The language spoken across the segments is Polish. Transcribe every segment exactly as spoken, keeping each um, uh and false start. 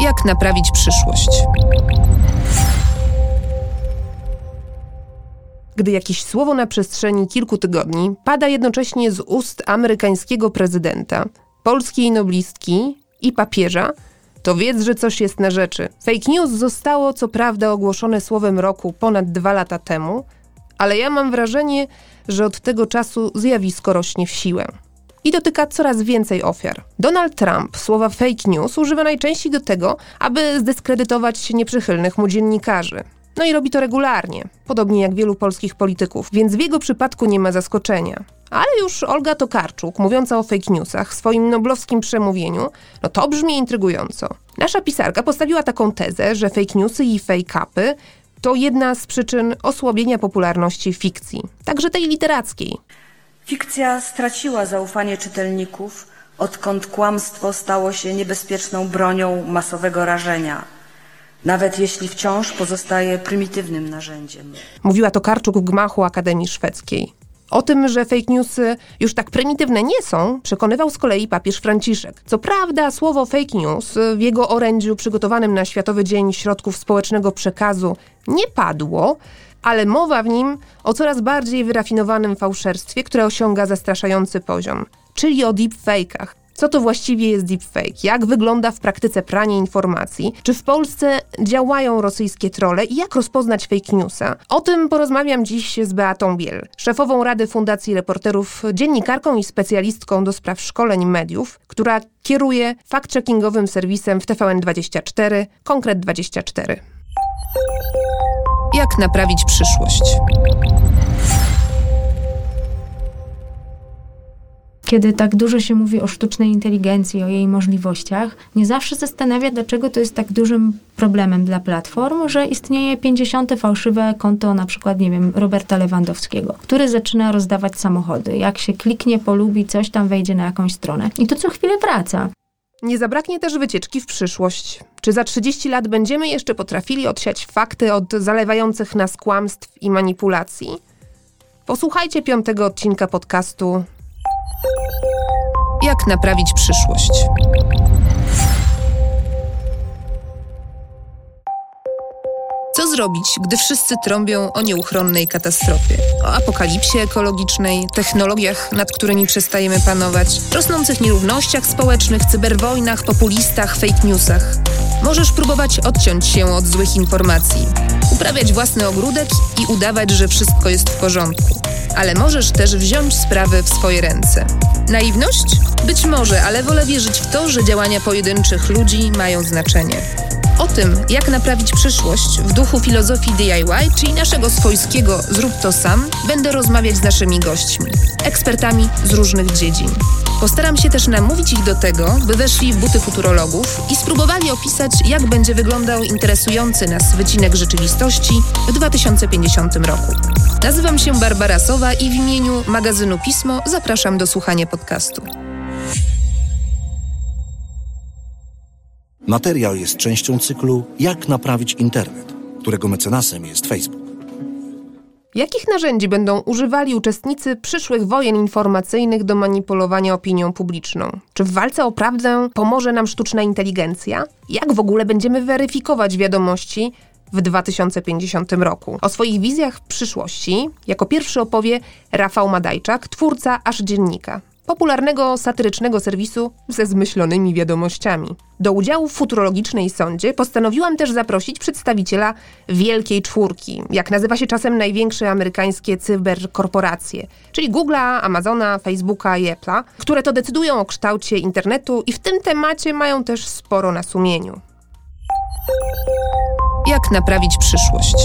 Jak naprawić przyszłość? Gdy jakieś słowo na przestrzeni kilku tygodni pada jednocześnie z ust amerykańskiego prezydenta, polskiej noblistki i papieża, to wiedz, że coś jest na rzeczy. Fake news zostało co prawda ogłoszone słowem roku ponad dwa lata temu, ale ja mam wrażenie, że od tego czasu zjawisko rośnie w siłę i dotyka coraz więcej ofiar. Donald Trump słowa fake news używa najczęściej do tego, aby zdyskredytować nieprzychylnych mu dziennikarzy. No i robi to regularnie, podobnie jak wielu polskich polityków, więc w jego przypadku nie ma zaskoczenia. Ale już Olga Tokarczuk, mówiąca o fake newsach w swoim noblowskim przemówieniu, no to brzmi intrygująco. Nasza pisarka postawiła taką tezę, że fake newsy i fake-upy to jedna z przyczyn osłabienia popularności fikcji, także tej literackiej. Fikcja straciła zaufanie czytelników, odkąd kłamstwo stało się niebezpieczną bronią masowego rażenia, nawet jeśli wciąż pozostaje prymitywnym narzędziem. Mówiła Tokarczuk w gmachu Akademii Szwedzkiej. O tym, że fake newsy już tak prymitywne nie są, przekonywał z kolei papież Franciszek. Co prawda słowo fake news w jego orędziu przygotowanym na Światowy Dzień Środków Społecznego Przekazu nie padło, ale mowa w nim o coraz bardziej wyrafinowanym fałszerstwie, które osiąga zastraszający poziom, czyli o deepfake'ach. Co to właściwie jest deepfake? Jak wygląda w praktyce pranie informacji? Czy w Polsce działają rosyjskie trolle i jak rozpoznać fake newsa? O tym porozmawiam dziś z Beatą Biel, szefową Rady Fundacji Reporterów, dziennikarką i specjalistką do spraw szkoleń mediów, która kieruje fact-checkingowym serwisem w T V N dwadzieścia cztery, Konkret dwadzieścia cztery. Jak naprawić przyszłość? Kiedy tak dużo się mówi o sztucznej inteligencji, o jej możliwościach, nie zawsze zastanawia, dlaczego to jest tak dużym problemem dla platform, że istnieje pięćdziesiąte fałszywe konto, na przykład, nie wiem, Roberta Lewandowskiego, który zaczyna rozdawać samochody. Jak się kliknie, polubi, coś tam wejdzie na jakąś stronę. I to co chwilę wraca. Nie zabraknie też wycieczki w przyszłość. Czy za trzydzieści lat będziemy jeszcze potrafili odsiać fakty od zalewających nas kłamstw i manipulacji? Posłuchajcie piątego odcinka podcastu Jak naprawić przyszłość? Co zrobić, gdy wszyscy trąbią o nieuchronnej katastrofie? O apokalipsie ekologicznej, technologiach, nad którymi przestajemy panować, rosnących nierównościach społecznych, cyberwojnach, populistach, fake newsach. Możesz próbować odciąć się od złych informacji, uprawiać własny ogródek i udawać, że wszystko jest w porządku. Ale możesz też wziąć sprawy w swoje ręce. Naiwność? Być może, ale wolę wierzyć w to, że działania pojedynczych ludzi mają znaczenie. O tym, jak naprawić przyszłość w duchu filozofii D I Y, czyli naszego swojskiego zrób to sam, będę rozmawiać z naszymi gośćmi, ekspertami z różnych dziedzin. Postaram się też namówić ich do tego, by weszli w buty futurologów i spróbowali opisać, jak będzie wyglądał interesujący nas wycinek rzeczywistości w dwa tysiące pięćdziesiątym roku. Nazywam się Barbara Sowa i w imieniu magazynu Pismo zapraszam do słuchania podcastu. Materiał jest częścią cyklu Jak naprawić internet, którego mecenasem jest Facebook. Jakich narzędzi będą używali uczestnicy przyszłych wojen informacyjnych do manipulowania opinią publiczną? Czy w walce o prawdę pomoże nam sztuczna inteligencja? Jak w ogóle będziemy weryfikować wiadomości w dwa tysiące pięćdziesiątym roku? O swoich wizjach przyszłości jako pierwszy opowie Rafał Madajczak, twórca Aż Dziennika, popularnego satyrycznego serwisu ze zmyślonymi wiadomościami. Do udziału w futurologicznej sondzie postanowiłam też zaprosić przedstawiciela Wielkiej Czwórki, jak nazywa się czasem największe amerykańskie cyberkorporacje, czyli Google'a, Amazona, Facebooka i Apple'a, które to decydują o kształcie internetu i w tym temacie mają też sporo na sumieniu. Jak naprawić przyszłość?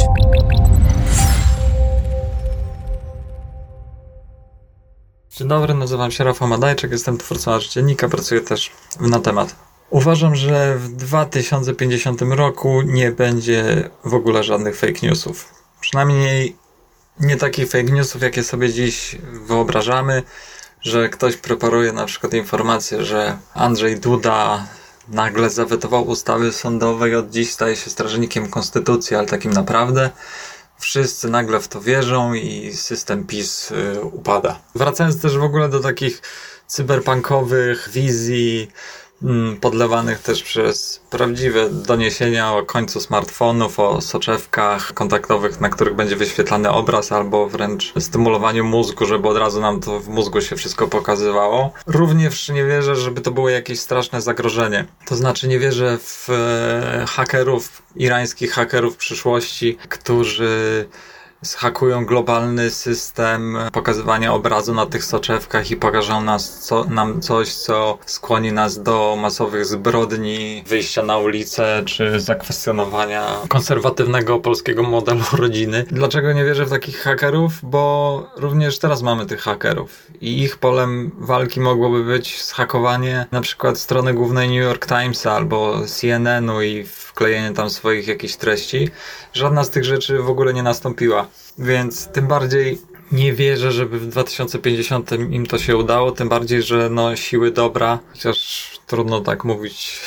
Dzień dobry, nazywam się Rafał Madajczak, jestem twórcą Aż Dziennika, pracuję też na temat. Uważam, że w dwa tysiące pięćdziesiątym roku nie będzie w ogóle żadnych fake newsów. Przynajmniej nie takich fake newsów, jakie sobie dziś wyobrażamy, że ktoś preparuje na przykład informację, że Andrzej Duda nagle zawetował ustawy sądowe i od dziś staje się strażnikiem konstytucji, ale takim naprawdę. Wszyscy nagle w to wierzą i system PiS y, upada. Wracając też w ogóle do takich cyberpunkowych wizji podlewanych też przez prawdziwe doniesienia o końcu smartfonów, o soczewkach kontaktowych, na których będzie wyświetlany obraz, albo wręcz stymulowaniu mózgu, żeby od razu nam to w mózgu się wszystko pokazywało. Również nie wierzę, żeby to było jakieś straszne zagrożenie. To znaczy nie wierzę w hakerów, irańskich hakerów przyszłości, którzy zhakują globalny system pokazywania obrazu na tych soczewkach i pokażą nas, co, nam coś, co skłoni nas do masowych zbrodni, wyjścia na ulicę, czy zakwestionowania konserwatywnego polskiego modelu rodziny. Dlaczego nie wierzę w takich hakerów? Bo również teraz mamy tych hakerów i ich polem walki mogłoby być zhakowanie na przykład strony głównej New York Timesa albo C N N u i wklejenie tam swoich jakichś treści. Żadna z tych rzeczy w ogóle nie nastąpiła. Więc tym bardziej nie wierzę, żeby w dwa tysiące pięćdziesiątym im to się udało, tym bardziej, że no siły dobra, chociaż trudno tak mówić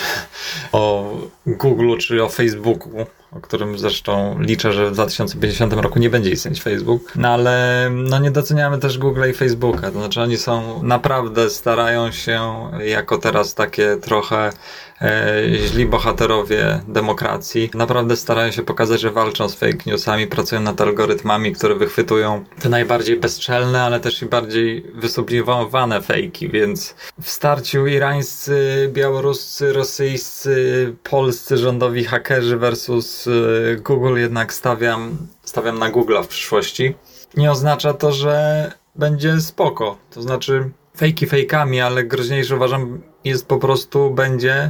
o Google'u czy o Facebooku, o którym zresztą liczę, że w dwa tysiące pięćdziesiątym roku nie będzie istnieć Facebook, no ale no nie doceniamy też Google'a i Facebooka, to znaczy oni są, naprawdę starają się jako teraz takie trochę e, źli bohaterowie demokracji, naprawdę starają się pokazać, że walczą z fake newsami, pracują nad algorytmami, które wychwytują te najbardziej bezczelne, ale też i bardziej wysublimowane fejki, więc w starciu irańscy, białoruscy, rosyjscy, polscy rządowi hakerzy versus Google jednak stawiam, stawiam na Google'a w przyszłości. Nie oznacza to, że będzie spoko. To znaczy fejki fejkami, ale groźniejsze uważam jest po prostu będzie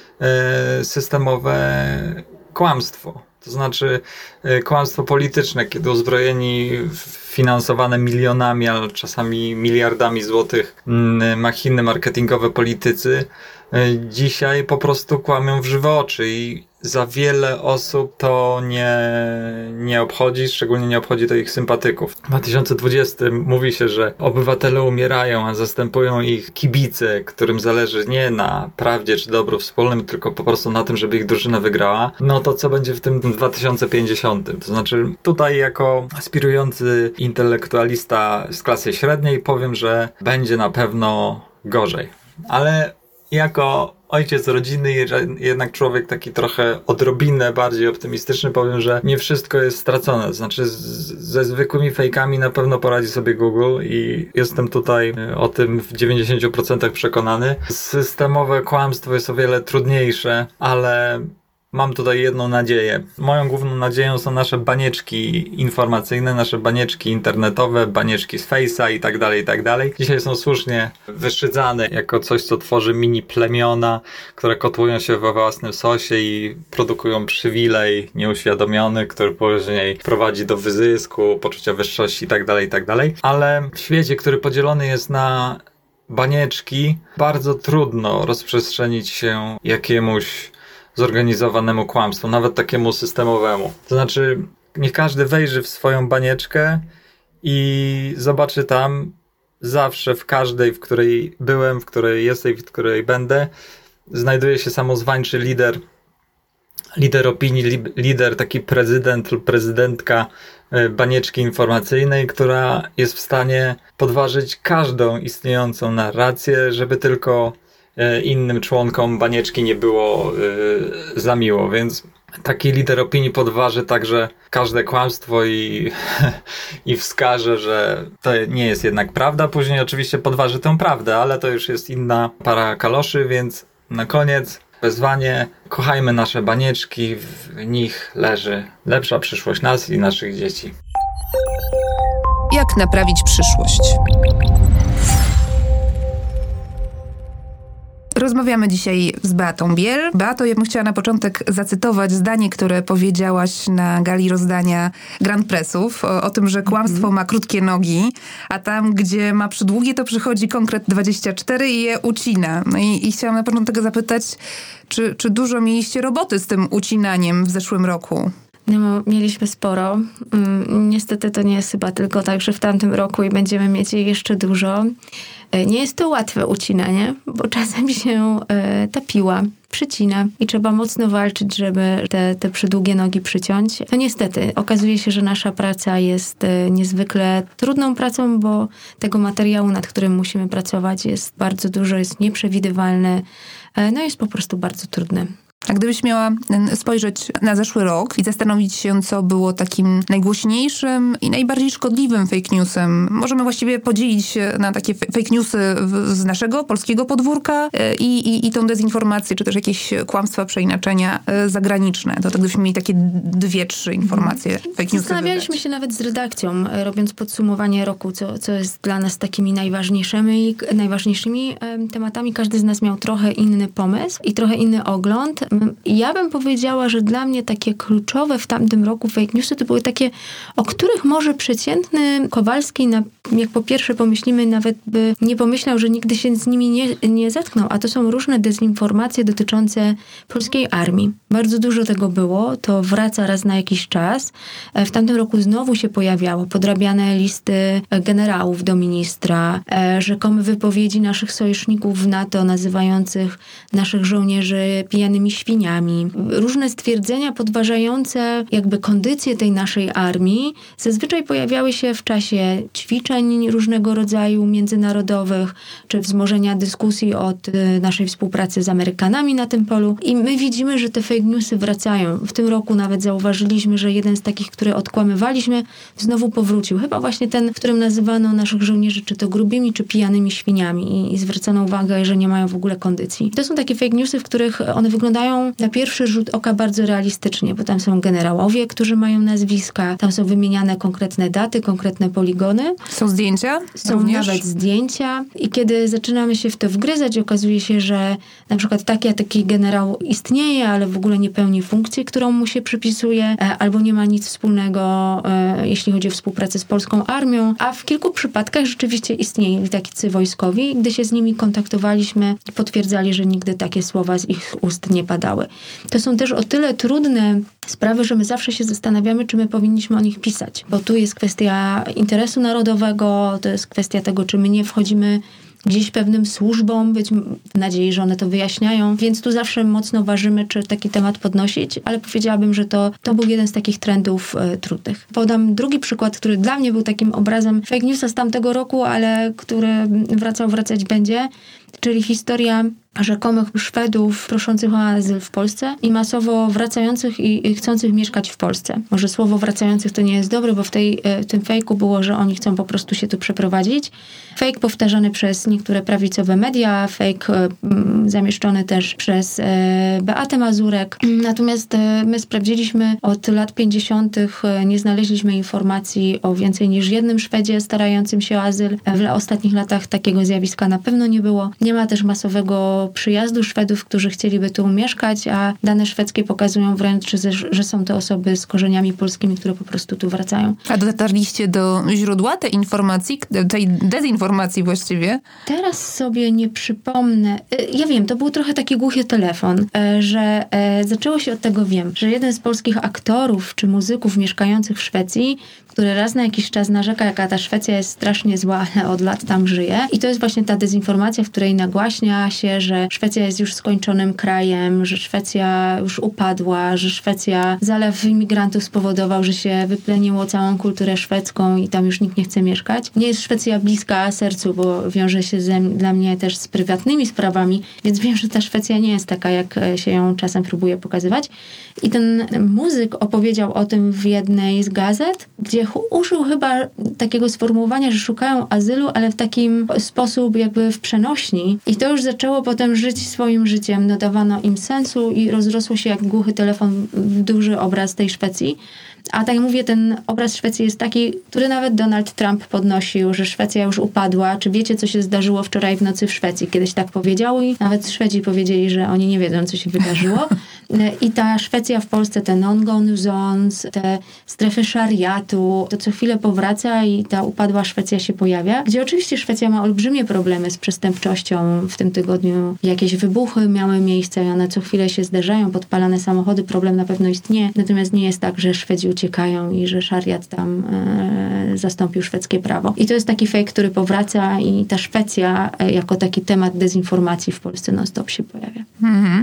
e, systemowe kłamstwo. To znaczy e, kłamstwo polityczne, kiedy uzbrojeni, finansowane milionami, ale czasami miliardami złotych m, machiny marketingowe politycy e, dzisiaj po prostu kłamią w żywe oczy i za wiele osób to nie, nie obchodzi, szczególnie nie obchodzi to ich sympatyków. W dwa tysiące dwudziestym mówi się, że obywatele umierają, a zastępują ich kibice, którym zależy nie na prawdzie czy dobru wspólnym, tylko po prostu na tym, żeby ich drużyna wygrała. No to co będzie w tym dwa tysiące pięćdziesiątym? To znaczy tutaj jako aspirujący intelektualista z klasy średniej powiem, że będzie na pewno gorzej. Ale jako ojciec rodziny, jednak człowiek taki trochę odrobinę bardziej optymistyczny, powiem, że nie wszystko jest stracone. To znaczy z, ze zwykłymi fejkami na pewno poradzi sobie Google i jestem tutaj o tym w dziewięćdziesiąt procent przekonany. Systemowe kłamstwo jest o wiele trudniejsze, ale mam tutaj jedną nadzieję. Moją główną nadzieją są nasze banieczki informacyjne, nasze banieczki internetowe, banieczki z Face'a i tak dalej, i tak dalej. Dzisiaj są słusznie wyszydzane jako coś, co tworzy mini plemiona, które kotłują się we własnym sosie i produkują przywilej nieuświadomiony, który później prowadzi do wyzysku, poczucia wyższości i tak dalej, i tak dalej. Ale w świecie, który podzielony jest na banieczki, bardzo trudno rozprzestrzenić się jakiemuś zorganizowanemu kłamstwu, nawet takiemu systemowemu. To znaczy, niech każdy wejrzy w swoją banieczkę i zobaczy tam zawsze, w każdej, w której byłem, w której jestem i w której będę, znajduje się samozwańczy lider, lider opinii, li, lider, taki prezydent lub prezydentka banieczki informacyjnej, która jest w stanie podważyć każdą istniejącą narrację, żeby tylko innym członkom banieczki nie było yy, za miło, więc taki lider opinii podważy także każde kłamstwo i, i wskaże, że to nie jest jednak prawda. Później oczywiście podważy tę prawdę, ale to już jest inna para kaloszy, więc na koniec wezwanie: kochajmy nasze banieczki, w nich leży lepsza przyszłość nas i naszych dzieci. Jak naprawić przyszłość? Rozmawiamy dzisiaj z Beatą Biel. Beato, ja bym chciała na początek zacytować zdanie, które powiedziałaś na gali rozdania Grand Pressów o, o tym, że kłamstwo ma krótkie nogi, a tam, gdzie ma przydługie, to przychodzi konkret dwadzieścia cztery i je ucina. No i, i chciałam na początek zapytać, czy, czy dużo mieliście roboty z tym ucinaniem w zeszłym roku? No, mieliśmy sporo. Niestety to nie jest chyba tylko tak, że w tamtym roku i będziemy mieć jej jeszcze dużo. Nie jest to łatwe ucinanie, bo czasem się ta piła przycina i trzeba mocno walczyć, żeby te, te przydługie nogi przyciąć. No niestety, okazuje się, że nasza praca jest niezwykle trudną pracą, bo tego materiału, nad którym musimy pracować, jest bardzo dużo, jest nieprzewidywalny, no jest po prostu bardzo trudny. A gdybyś miała spojrzeć na zeszły rok i zastanowić się, co było takim najgłośniejszym i najbardziej szkodliwym fake newsem, możemy właściwie podzielić się na takie fake newsy z naszego polskiego podwórka i, i, i tą dezinformację, czy też jakieś kłamstwa, przeinaczenia zagraniczne. To tak gdybyśmy mieli takie dwie, trzy informacje fake newsy. Zastanawialiśmy wybrać. się nawet z redakcją, robiąc podsumowanie roku, co, co jest dla nas takimi najważniejszymi, najważniejszymi tematami. Każdy z nas miał trochę inny pomysł i trochę inny ogląd. Ja bym powiedziała, że dla mnie takie kluczowe w tamtym roku fake newsy to były takie, o których może przeciętny Kowalski, jak po pierwsze pomyślimy, nawet by nie pomyślał, że nigdy się z nimi nie, nie zetknął, a to są różne dezinformacje dotyczące polskiej armii. Bardzo dużo tego było, to wraca raz na jakiś czas. W tamtym roku znowu się pojawiało podrabiane listy generałów do ministra, rzekome wypowiedzi naszych sojuszników w NATO nazywających naszych żołnierzy pijanymi świniami. Różne stwierdzenia podważające jakby kondycję tej naszej armii zazwyczaj pojawiały się w czasie ćwiczeń różnego rodzaju międzynarodowych, czy wzmożenia dyskusji od naszej współpracy z Amerykanami na tym polu. I my widzimy, że te fake newsy wracają. W tym roku nawet zauważyliśmy, że jeden z takich, który odkłamywaliśmy, znowu powrócił. Chyba właśnie ten, w którym nazywano naszych żołnierzy czy to grubymi, czy pijanymi świniami i, i zwracano uwagę, że nie mają w ogóle kondycji. To są takie fake newsy, w których one wyglądają na pierwszy rzut oka bardzo realistycznie, bo tam są generałowie, którzy mają nazwiska, tam są wymieniane konkretne daty, konkretne poligony. Są zdjęcia? Są również? nawet zdjęcia i kiedy zaczynamy się w to wgryzać, okazuje się, że na przykład taki, a taki generał istnieje, ale w ogóle nie pełni funkcji, którą mu się przypisuje, albo nie ma nic wspólnego, jeśli chodzi o współpracę z polską armią, a w kilku przypadkach rzeczywiście istnieli tacy wojskowi. Gdy się z nimi kontaktowaliśmy, potwierdzali, że nigdy takie słowa z ich ust nie padały. To są też o tyle trudne sprawy, że my zawsze się zastanawiamy, czy my powinniśmy o nich pisać, bo tu jest kwestia interesu narodowego, to jest kwestia tego, czy my nie wchodzimy gdzieś pewnym służbom, być w nadziei, że one to wyjaśniają, więc tu zawsze mocno ważymy, czy taki temat podnosić, ale powiedziałabym, że to, to był jeden z takich trendów e, trudnych. Podam drugi przykład, który dla mnie był takim obrazem fake newsa z tamtego roku, ale który wracał, wracać będzie, czyli historia rzekomych Szwedów proszących o azyl w Polsce i masowo wracających i, i chcących mieszkać w Polsce. Może słowo wracających to nie jest dobre, bo w, tej, w tym fejku było, że oni chcą po prostu się tu przeprowadzić. Fake powtarzany przez niektóre prawicowe media, fake m, zamieszczony też przez e, Beatę Mazurek. Natomiast e, my sprawdziliśmy od lat pięćdziesiątych nie znaleźliśmy informacji o więcej niż jednym Szwedzie starającym się o azyl. W ostatnich latach takiego zjawiska na pewno nie było. Nie ma też masowego przyjazdu Szwedów, którzy chcieliby tu mieszkać, a dane szwedzkie pokazują wręcz, że, że są to osoby z korzeniami polskimi, które po prostu tu wracają. A dotarliście do źródła tej informacji, tej dezinformacji właściwie? Teraz sobie nie przypomnę. Ja wiem, to był trochę taki głuchy telefon, że zaczęło się od tego, wiem, że jeden z polskich aktorów czy muzyków mieszkających w Szwecji, który raz na jakiś czas narzeka, jaka ta Szwecja jest strasznie zła, ale od lat tam żyje. I to jest właśnie ta dezinformacja, w której nagłaśnia się, że Szwecja jest już skończonym krajem, że Szwecja już upadła, że Szwecja, zalew imigrantów spowodował, że się wypleniło całą kulturę szwedzką i tam już nikt nie chce mieszkać. Nie jest Szwecja bliska sercu, bo wiąże się ze, dla mnie też z prywatnymi sprawami, więc wiem, że ta Szwecja nie jest taka, jak się ją czasem próbuje pokazywać. I ten muzyk opowiedział o tym w jednej z gazet, gdzie użył chyba takiego sformułowania, że szukają azylu, ale w takim sposób jakby w przenośni. I to już zaczęło potem żyć swoim życiem. Dodawano im sensu i rozrosło się jak głuchy telefon w duży obraz tej Szwecji. A tak jak mówię, ten obraz Szwecji jest taki, który nawet Donald Trump podnosił, że Szwecja już upadła. Czy wiecie, co się zdarzyło wczoraj w nocy w Szwecji? Kiedyś tak powiedział i nawet Szwedzi powiedzieli, że oni nie wiedzą, co się wydarzyło. I ta Szwecja w Polsce, te non-go zones, te strefy szariatu, to co chwilę powraca i ta upadła Szwecja się pojawia. Gdzie oczywiście Szwecja ma olbrzymie problemy z przestępczością. W tym tygodniu jakieś wybuchy miały miejsce i one co chwilę się zdarzają, podpalane samochody, problem na pewno istnieje. Natomiast nie jest tak, że Szwedzi uciekają i że szariat tam e, zastąpił szwedzkie prawo. I to jest taki fake, który powraca i ta Szwecja e, jako taki temat dezinformacji w Polsce non-stop się pojawia. Mhm.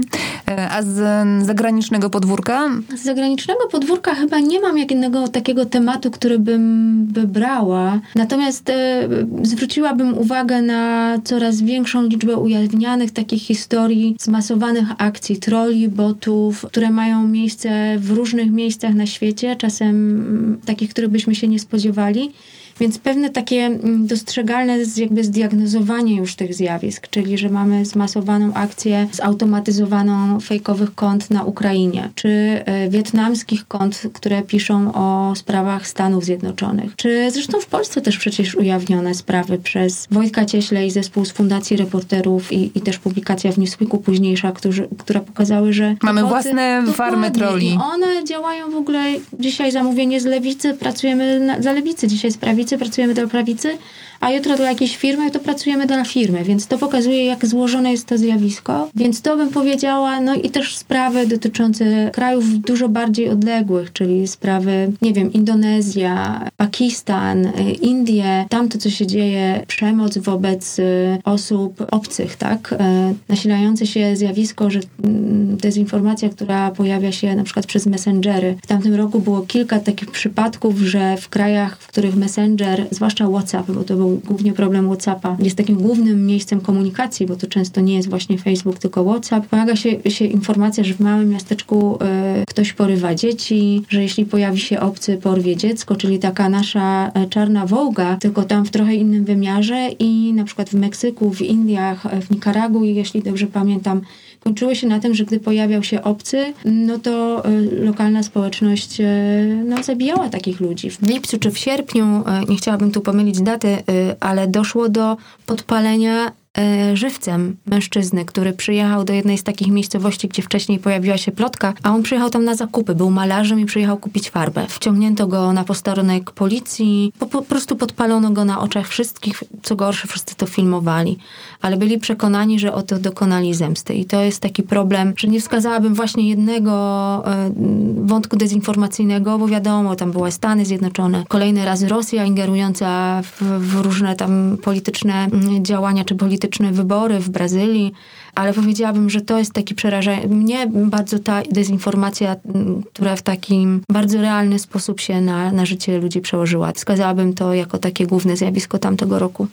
A z zagranicznego podwórka? Z zagranicznego podwórka chyba nie mam jednego takiego tematu, który bym wybrała. Natomiast e, zwróciłabym uwagę na coraz większą liczbę ujawnianych takich historii zmasowanych akcji trolli, botów, które mają miejsce w różnych miejscach na świecie, czasem takich, których byśmy się nie spodziewali. Więc pewne takie dostrzegalne jakby zdiagnozowanie już tych zjawisk, czyli że mamy zmasowaną akcję zautomatyzowaną fejkowych kont na Ukrainie, czy y, wietnamskich kont, które piszą o sprawach Stanów Zjednoczonych, czy zresztą w Polsce też przecież ujawnione sprawy przez Wojtka Cieśle i zespół z Fundacji Reporterów i, i też publikacja w Newsweeku późniejsza, którzy, która pokazały, że mamy boty, własne farmy trolli. I one działają w ogóle, dzisiaj zamówienie z lewicy, pracujemy na, dla lewicy, dzisiaj z prawicy, pracujemy dla prawicy, a jutro dla jakiejś firmy, to pracujemy dla firmy, więc to pokazuje, jak złożone jest to zjawisko. Więc to bym powiedziała, no i też sprawy dotyczące krajów dużo bardziej odległych, czyli sprawy, nie wiem, Indonezja, Pakistan, Indie, tam to, co się dzieje, przemoc wobec osób obcych, tak? Nasilające się zjawisko, że dezinformacja, która pojawia się na przykład przez messengery. W tamtym roku było kilka takich przypadków, że w krajach, w których messenger, zwłaszcza WhatsApp, bo to był głównie problem WhatsAppa, jest takim głównym miejscem komunikacji, bo to często nie jest właśnie Facebook, tylko WhatsApp. Pojawia się, się informacja, że w małym miasteczku y, ktoś porywa dzieci, że jeśli pojawi się obcy, porwie dziecko, czyli taka nasza y, czarna wołga, tylko tam w trochę innym wymiarze i na przykład w Meksyku, w Indiach, w Nikaragui, jeśli dobrze pamiętam, kończyło się na tym, że gdy pojawiał się obcy, no to y, lokalna społeczność y, no, zabijała takich ludzi. W lipcu czy w sierpniu, y, nie chciałabym tu pomylić daty, y, ale doszło do podpalenia e, żywcem mężczyzny, który przyjechał do jednej z takich miejscowości, gdzie wcześniej pojawiła się plotka, a on przyjechał tam na zakupy, był malarzem i przyjechał kupić farbę. Wciągnięto go na posterunek policji, po, po prostu podpalono go na oczach wszystkich, co gorsze, wszyscy to filmowali, ale byli przekonani, że oto dokonali zemsty. I to jest taki problem, że nie wskazałabym właśnie jednego e, wątku dezinformacyjnego, bo wiadomo, tam były Stany Zjednoczone, kolejny raz Rosja ingerująca w, w różne tam polityczne działania, czy polityczne wybory w Brazylii, ale powiedziałabym, że to jest taki przerażający. Mnie bardzo ta dezinformacja, która w takim bardzo realny sposób się na, na życie ludzi przełożyła. Wskazałabym to jako takie główne zjawisko tamtego roku.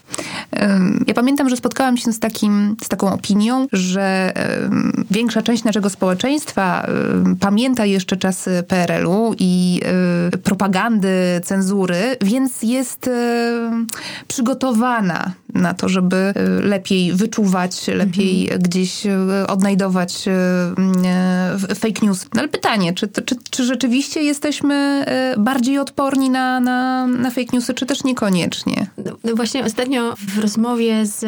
Ja pamiętam, że spotkałam się z, takim, z taką opinią, że większa część naszego społeczeństwa pamięta jeszcze czasy P R L u i propagandy, cenzury, więc jest przygotowana na to, żeby lepiej wyczuwać, lepiej mhm. gdzieś odnajdować fake news. No ale pytanie, czy, czy, czy rzeczywiście jesteśmy bardziej odporni na, na, na fake newsy, czy też niekoniecznie? No właśnie ostatnio w rozmowie z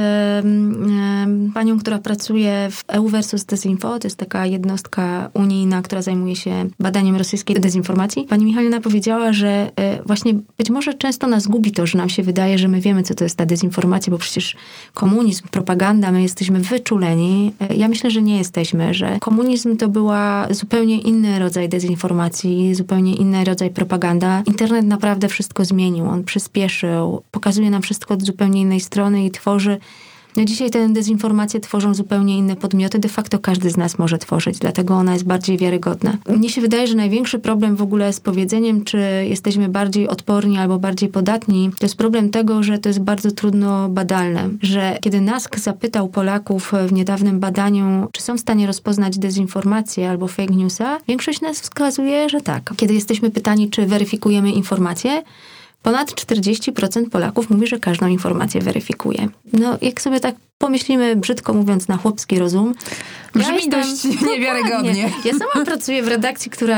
um, panią, która pracuje w E U versus Dezinfo, to jest taka jednostka unijna, która zajmuje się badaniem rosyjskiej dezinformacji. Pani Michalina powiedziała, że y, właśnie być może często nas gubi to, że nam się wydaje, że my wiemy, co to jest ta dezinformacja, bo przecież komunizm, propaganda, my jesteśmy wyczuleni. Ja myślę, że nie jesteśmy, że komunizm to była zupełnie inny rodzaj dezinformacji, zupełnie inny rodzaj propaganda. Internet naprawdę wszystko zmienił, on przyspieszył, pokazuje nam wszystko od zupełnie innej strony i tworzy. No dzisiaj tę dezinformację tworzą zupełnie inne podmioty. De facto każdy z nas może tworzyć, dlatego ona jest bardziej wiarygodna. Mnie się wydaje, że największy problem w ogóle z powiedzeniem, czy jesteśmy bardziej odporni albo bardziej podatni, to jest problem tego, że to jest bardzo trudno badalne. Że kiedy NASK zapytał Polaków w niedawnym badaniu, czy są w stanie rozpoznać dezinformację albo fake newsa, większość nas wskazuje, że tak. Kiedy jesteśmy pytani, czy weryfikujemy informacje, ponad czterdzieści procent Polaków mówi, że każdą informację weryfikuje. No, jak sobie tak pomyślimy, brzydko mówiąc, na chłopski rozum. Brzmi ja dość niewiarygodnie. Ja sama pracuję w redakcji, która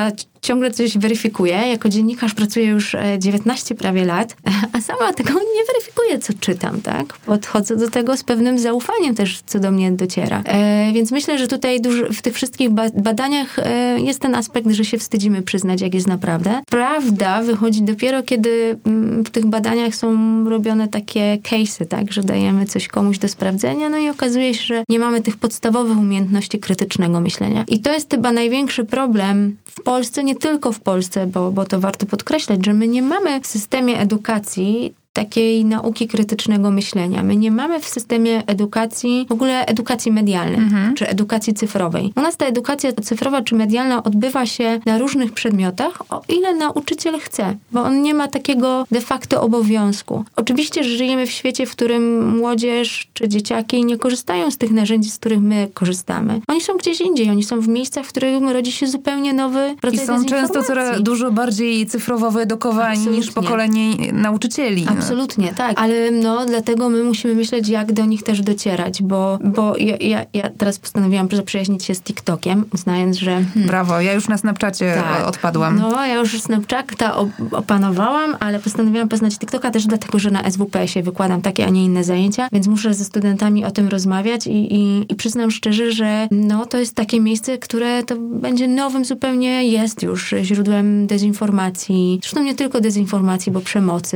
ciągle coś weryfikuję. Jako dziennikarz pracuję już dziewiętnaście prawie lat, a sama tego nie weryfikuję, co czytam, tak? Podchodzę do tego z pewnym zaufaniem też, co do mnie dociera. E, więc myślę, że tutaj duży, w tych wszystkich ba- badaniach e, jest ten aspekt, że się wstydzimy przyznać, jak jest naprawdę. Prawda wychodzi dopiero, kiedy m, w tych badaniach są robione takie case'y, tak? Że dajemy coś komuś do sprawdzenia, no i okazuje się, że nie mamy tych podstawowych umiejętności krytycznego myślenia. I to jest chyba największy problem w Polsce, nie tylko w Polsce, bo, bo to warto podkreślać, że my nie mamy w systemie edukacji takiej nauki krytycznego myślenia. My nie mamy w systemie edukacji, w ogóle edukacji medialnej, mhm. czy edukacji cyfrowej. U nas ta edukacja cyfrowa czy medialna odbywa się na różnych przedmiotach, o ile nauczyciel chce, bo on nie ma takiego de facto obowiązku. Oczywiście, że żyjemy w świecie, w którym młodzież czy dzieciaki nie korzystają z tych narzędzi, z których my korzystamy. Oni są gdzieś indziej, oni są w miejscach, w których rodzi się zupełnie nowy rodzaj I są często coraz dużo bardziej cyfrowo wyedukowani Absolutnie. niż pokolenie nauczycieli. Absolutnie, tak. Ale no, dlatego my musimy myśleć, jak do nich też docierać, bo, bo ja, ja, ja teraz postanowiłam zaprzyjaźnić się z TikTokiem, uznając, że... Hmm, Brawo, ja już na Snapchacie tak, odpadłam. No, ja już Snapchata opanowałam, ale postanowiłam poznać TikToka też dlatego, że na S W P S-ie wykładam takie, a nie inne zajęcia, więc muszę ze studentami o tym rozmawiać i, i, i przyznam szczerze, że no, to jest takie miejsce, które to będzie nowym zupełnie, jest już źródłem dezinformacji. Zresztą nie tylko dezinformacji, bo przemocy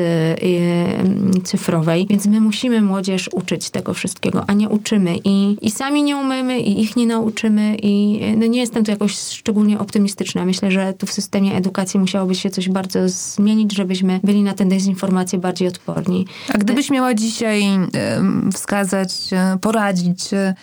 cyfrowej, więc my musimy młodzież uczyć tego wszystkiego, a nie uczymy i, i sami nie umiemy i ich nie nauczymy i no nie jestem tu jakoś szczególnie optymistyczna. Myślę, że tu w systemie edukacji musiałoby się coś bardzo zmienić, żebyśmy byli na tę dezinformację bardziej odporni. A gdybyś miała dzisiaj wskazać, poradzić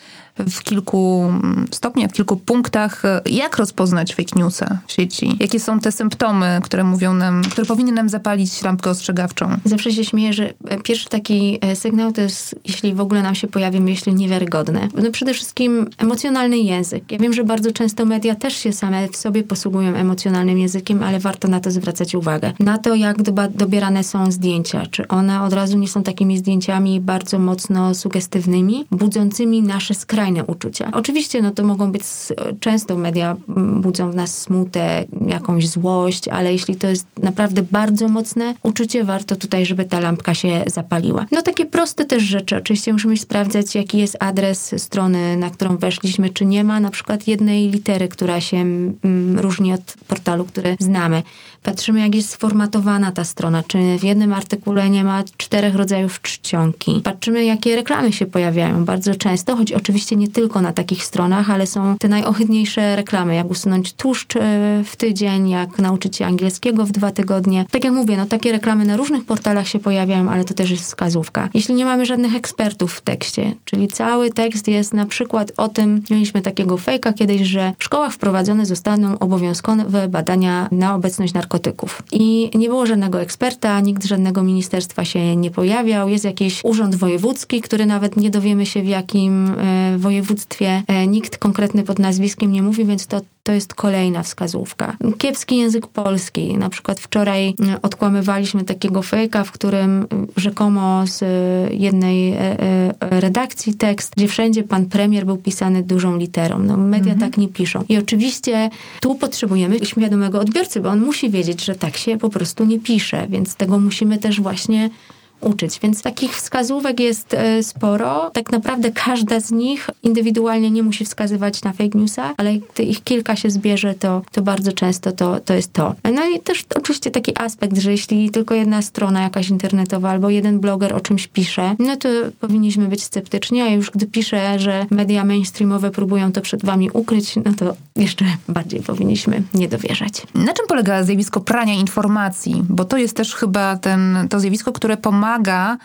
w kilku stopniach, w kilku punktach, jak rozpoznać fake newsa w sieci? Jakie są te symptomy, które mówią nam, które powinny nam zapalić lampkę ostrzegawczą? Zawsze się śmieję, że pierwszy taki sygnał to jest, jeśli w ogóle nam się pojawi myśl niewiarygodne. No przede wszystkim emocjonalny język. Ja wiem, że bardzo często media też się same w sobie posługują emocjonalnym językiem, ale warto na to zwracać uwagę. Na to, jak doba- dobierane są zdjęcia. Czy one od razu nie są takimi zdjęciami bardzo mocno sugestywnymi, budzącymi nasze skrajne uczucia. Oczywiście, no to mogą być, często media budzą w nas smutek, jakąś złość, ale jeśli to jest naprawdę bardzo mocne uczucie, warto tutaj, żeby ta lampka się zapaliła. No takie proste też rzeczy. Oczywiście musimy sprawdzać, jaki jest adres strony, na którą weszliśmy, czy nie ma na przykład jednej litery, która się mm, różni od portalu, który znamy. Patrzymy, jak jest sformatowana ta strona, czy w jednym artykule nie ma czterech rodzajów czcionki. Patrzymy, jakie reklamy się pojawiają bardzo często, choć oczywiście nie tylko na takich stronach, ale są te najohydniejsze reklamy, jak usunąć tłuszcz w tydzień, jak nauczyć się angielskiego w dwa tygodnie. Tak jak mówię, no takie reklamy na różnych portalach się pojawiają, ale to też jest wskazówka. Jeśli nie mamy żadnych ekspertów w tekście, czyli cały tekst jest na przykład o tym, mieliśmy takiego fejka kiedyś, że w szkołach wprowadzone zostaną obowiązkowe badania na obecność narkotyków. I nie było żadnego eksperta, nikt z żadnego ministerstwa się nie pojawiał. Jest jakiś urząd wojewódzki, który nawet nie dowiemy się, w jakim e, województwie e, nikt konkretny pod nazwiskiem nie mówi, więc to, to jest kolejna wskazówka. Kiepski język polski. Na przykład wczoraj odkłamywaliśmy takiego fejka, w którym rzekomo z jednej e, e, redakcji tekst, gdzie wszędzie pan premier był pisany dużą literą. No media mhm. tak nie piszą. I oczywiście tu potrzebujemy świadomego odbiorcy, bo on musi wiedzieć, że tak się po prostu nie pisze, więc tego musimy też właśnie uczyć. Więc takich wskazówek jest sporo. Tak naprawdę każda z nich indywidualnie nie musi wskazywać na fake newsa, ale gdy ich kilka się zbierze, to, to bardzo często to, to jest to. No i też oczywiście taki aspekt, że jeśli tylko jedna strona jakaś internetowa albo jeden bloger o czymś pisze, no to powinniśmy być sceptyczni, a już gdy pisze, że media mainstreamowe próbują to przed wami ukryć, no to jeszcze bardziej powinniśmy nie dowierzać. Na czym polega zjawisko prania informacji? Bo to jest też chyba ten, to zjawisko, które pomaga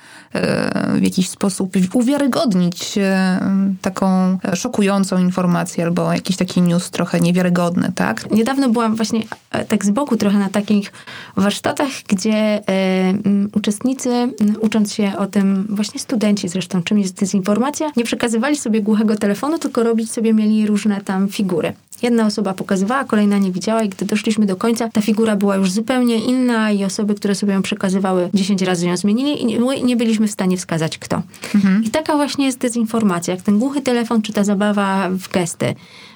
w jakiś sposób uwiarygodnić taką szokującą informację albo jakiś taki news trochę niewiarygodny, tak? Niedawno byłam właśnie tak z boku trochę na takich warsztatach, gdzie uczestnicy, ucząc się o tym, właśnie studenci zresztą, czym jest dezinformacja, nie przekazywali sobie głuchego telefonu, tylko robić sobie mieli różne tam figury. Jedna osoba pokazywała, kolejna nie widziała i gdy doszliśmy do końca, ta figura była już zupełnie inna i osoby, które sobie ją przekazywały, dziesięć razy ją zmienili i nie, nie byliśmy w stanie wskazać kto. Mhm. I taka właśnie jest dezinformacja, jak ten głuchy telefon czy ta zabawa w gesty.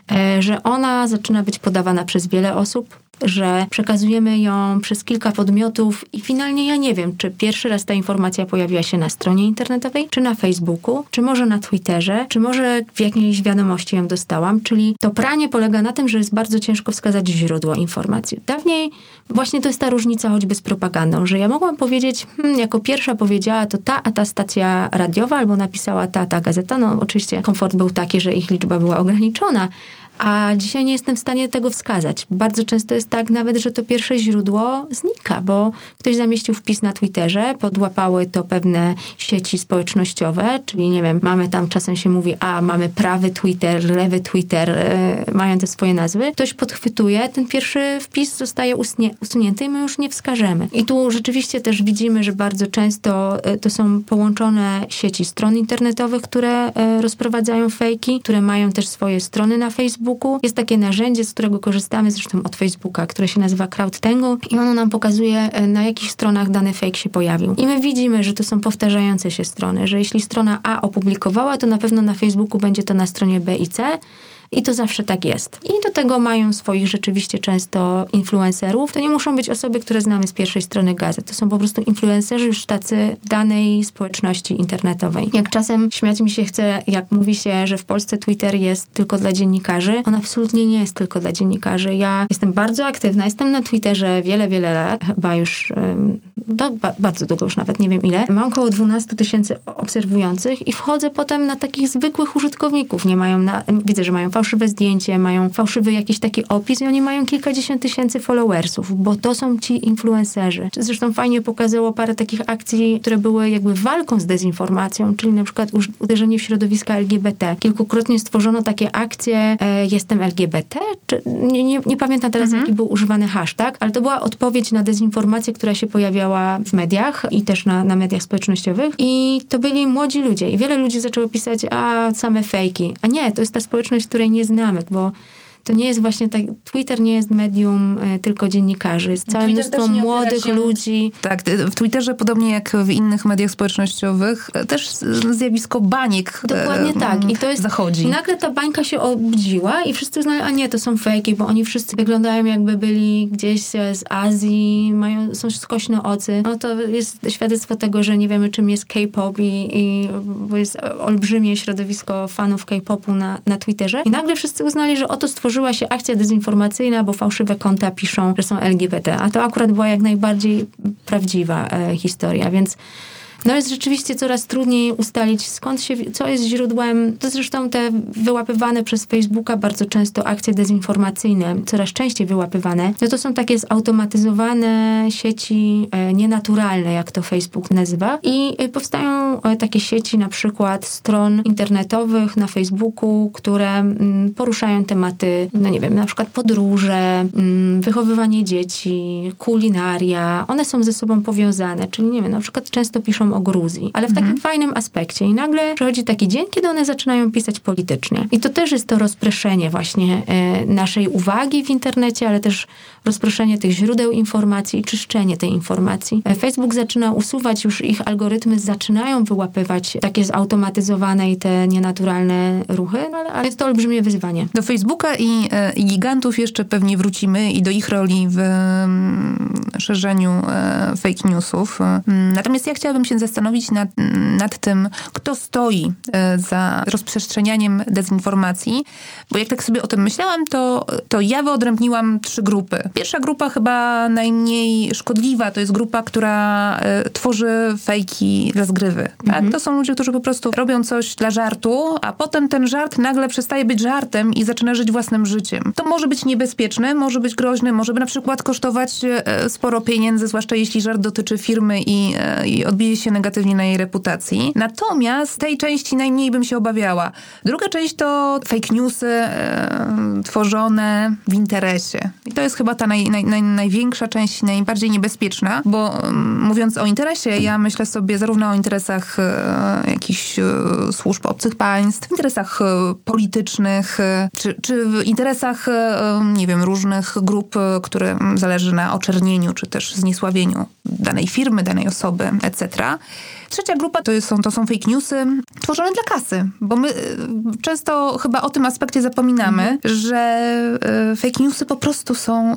że ona zaczyna być podawana przez wiele osób, że przekazujemy ją przez kilka podmiotów i finalnie ja nie wiem, czy pierwszy raz ta informacja pojawiła się na stronie internetowej, czy na Facebooku, czy może na Twitterze, czy może w jakiejś wiadomości ją dostałam, czyli to pranie polega na tym, że jest bardzo ciężko wskazać źródło informacji. Dawniej właśnie to jest ta różnica choćby z propagandą, że ja mogłam powiedzieć, hmm, jako pierwsza powiedziała to ta, a ta stacja radiowa, albo napisała ta, ta gazeta. No oczywiście komfort był taki, że ich liczba była ograniczona, a dzisiaj nie jestem w stanie tego wskazać. Bardzo często jest tak nawet, że to pierwsze źródło znika, bo ktoś zamieścił wpis na Twitterze, podłapały to pewne sieci społecznościowe, czyli nie wiem, mamy tam, czasem się mówi, a mamy prawy Twitter, lewy Twitter, yy, mają te swoje nazwy. Ktoś podchwytuje, ten pierwszy wpis zostaje usnie, usunięty i my już nie wskażemy. I tu rzeczywiście też widzimy, że bardzo często yy, to są połączone sieci stron internetowych, które yy, rozprowadzają fejki, które mają też swoje strony na Facebooku. Jest takie narzędzie, z którego korzystamy zresztą od Facebooka, które się nazywa CrowdTangle i ono nam pokazuje, na jakich stronach dany fake się pojawił. I my widzimy, że to są powtarzające się strony, że jeśli strona A opublikowała, to na pewno na Facebooku będzie to na stronie B i C. I to zawsze tak jest. I do tego mają swoich rzeczywiście często influencerów. To nie muszą być osoby, które znamy z pierwszej strony gazet. To są po prostu influencerzy już tacy danej społeczności internetowej. Jak czasem śmiać mi się chce, jak mówi się, że w Polsce Twitter jest tylko dla dziennikarzy, on absolutnie nie jest tylko dla dziennikarzy. Ja jestem bardzo aktywna, jestem na Twitterze wiele, wiele lat, chyba już no, ba- bardzo długo, już nawet nie wiem ile. Mam około dwanaście tysięcy obserwujących i wchodzę potem na takich zwykłych użytkowników. Nie mają na, widzę, że mają fałszywe zdjęcie, mają fałszywy jakiś taki opis i oni mają kilkadziesiąt tysięcy followersów, bo to są ci influencerzy. Zresztą fajnie pokazało parę takich akcji, które były jakby walką z dezinformacją, czyli na przykład uderzenie w środowiska L G B T. Kilkukrotnie stworzono takie akcje e, jestem L G B T? Czy, nie, nie, nie pamiętam teraz, mhm. jaki był używany hashtag, ale to była odpowiedź na dezinformację, która się pojawiała w mediach i też na, na mediach społecznościowych. I to byli młodzi ludzie i wiele ludzi zaczęło pisać, a same fejki. A nie, to jest ta społeczność, której nie znamy, bo to nie jest właśnie tak, Twitter nie jest medium y, tylko dziennikarzy, jest całe Twitter mnóstwo młodych się... ludzi. Tak, w Twitterze, podobnie jak w innych mediach społecznościowych, też zjawisko baniek Dokładnie e, tak. I to jest, zachodzi. I nagle ta bańka się obudziła i wszyscy uznali, a nie, to są fejki, bo oni wszyscy wyglądają jakby byli gdzieś z Azji, mają, są skośnoocy. No to jest świadectwo tego, że nie wiemy, czym jest K-pop i, i bo jest olbrzymie środowisko fanów K-popu na, na Twitterze. I nagle wszyscy uznali, że oto stworzyło Tworzyła się akcja dezinformacyjna, bo fałszywe konta piszą, że są L G B T. A to akurat była jak najbardziej prawdziwa e, historia, więc no jest rzeczywiście coraz trudniej ustalić, skąd się, co jest źródłem. To zresztą te wyłapywane przez Facebooka bardzo często akcje dezinformacyjne, coraz częściej wyłapywane, no to są takie zautomatyzowane sieci e, nienaturalne, jak to Facebook nazywa. I e, powstają e, takie sieci, na przykład stron internetowych na Facebooku, które m, poruszają tematy, no nie wiem, na przykład podróże, m, wychowywanie dzieci, kulinaria. One są ze sobą powiązane, czyli nie wiem, na przykład często piszą o Gruzji, ale w mhm. takim fajnym aspekcie. I nagle przychodzi taki dzień, kiedy one zaczynają pisać politycznie. I to też jest to rozproszenie właśnie e, naszej uwagi w internecie, ale też rozproszenie tych źródeł informacji i czyszczenie tej informacji. E, Facebook zaczyna usuwać, już ich algorytmy zaczynają wyłapywać takie zautomatyzowane i te nienaturalne ruchy, ale, ale jest to olbrzymie wyzwanie. Do Facebooka i, e, i gigantów jeszcze pewnie wrócimy i do ich roli w mm, szerzeniu e, fake newsów. Natomiast ja chciałabym się zastanowić nad, nad tym, kto stoi za rozprzestrzenianiem dezinformacji, bo jak tak sobie o tym myślałam, to, to ja wyodrębniłam trzy grupy. Pierwsza grupa, chyba najmniej szkodliwa, to jest grupa, która e, tworzy fejki dla zgrywy. Tak? Mhm. To są ludzie, którzy po prostu robią coś dla żartu, a potem ten żart nagle przestaje być żartem i zaczyna żyć własnym życiem. To może być niebezpieczne, może być groźne, może by na przykład kosztować e, sporo pieniędzy, zwłaszcza jeśli żart dotyczy firmy i, e, i odbije się negatywnie na jej reputacji. Natomiast tej części najmniej bym się obawiała. Druga część to fake newsy e, tworzone w interesie. I to jest chyba ta naj, naj, naj, największa część, najbardziej niebezpieczna, bo um, mówiąc o interesie, ja myślę sobie zarówno o interesach e, jakichś e, służb obcych państw, w interesach e, politycznych, e, czy, czy w interesach, e, nie wiem, różnych grup, e, które zależy na oczernieniu, czy też zniesławieniu danej firmy, danej osoby, et cetera. Trzecia grupa to są, to są fake newsy tworzone dla kasy, bo my często chyba o tym aspekcie zapominamy, mhm. że y, fake newsy po prostu są y,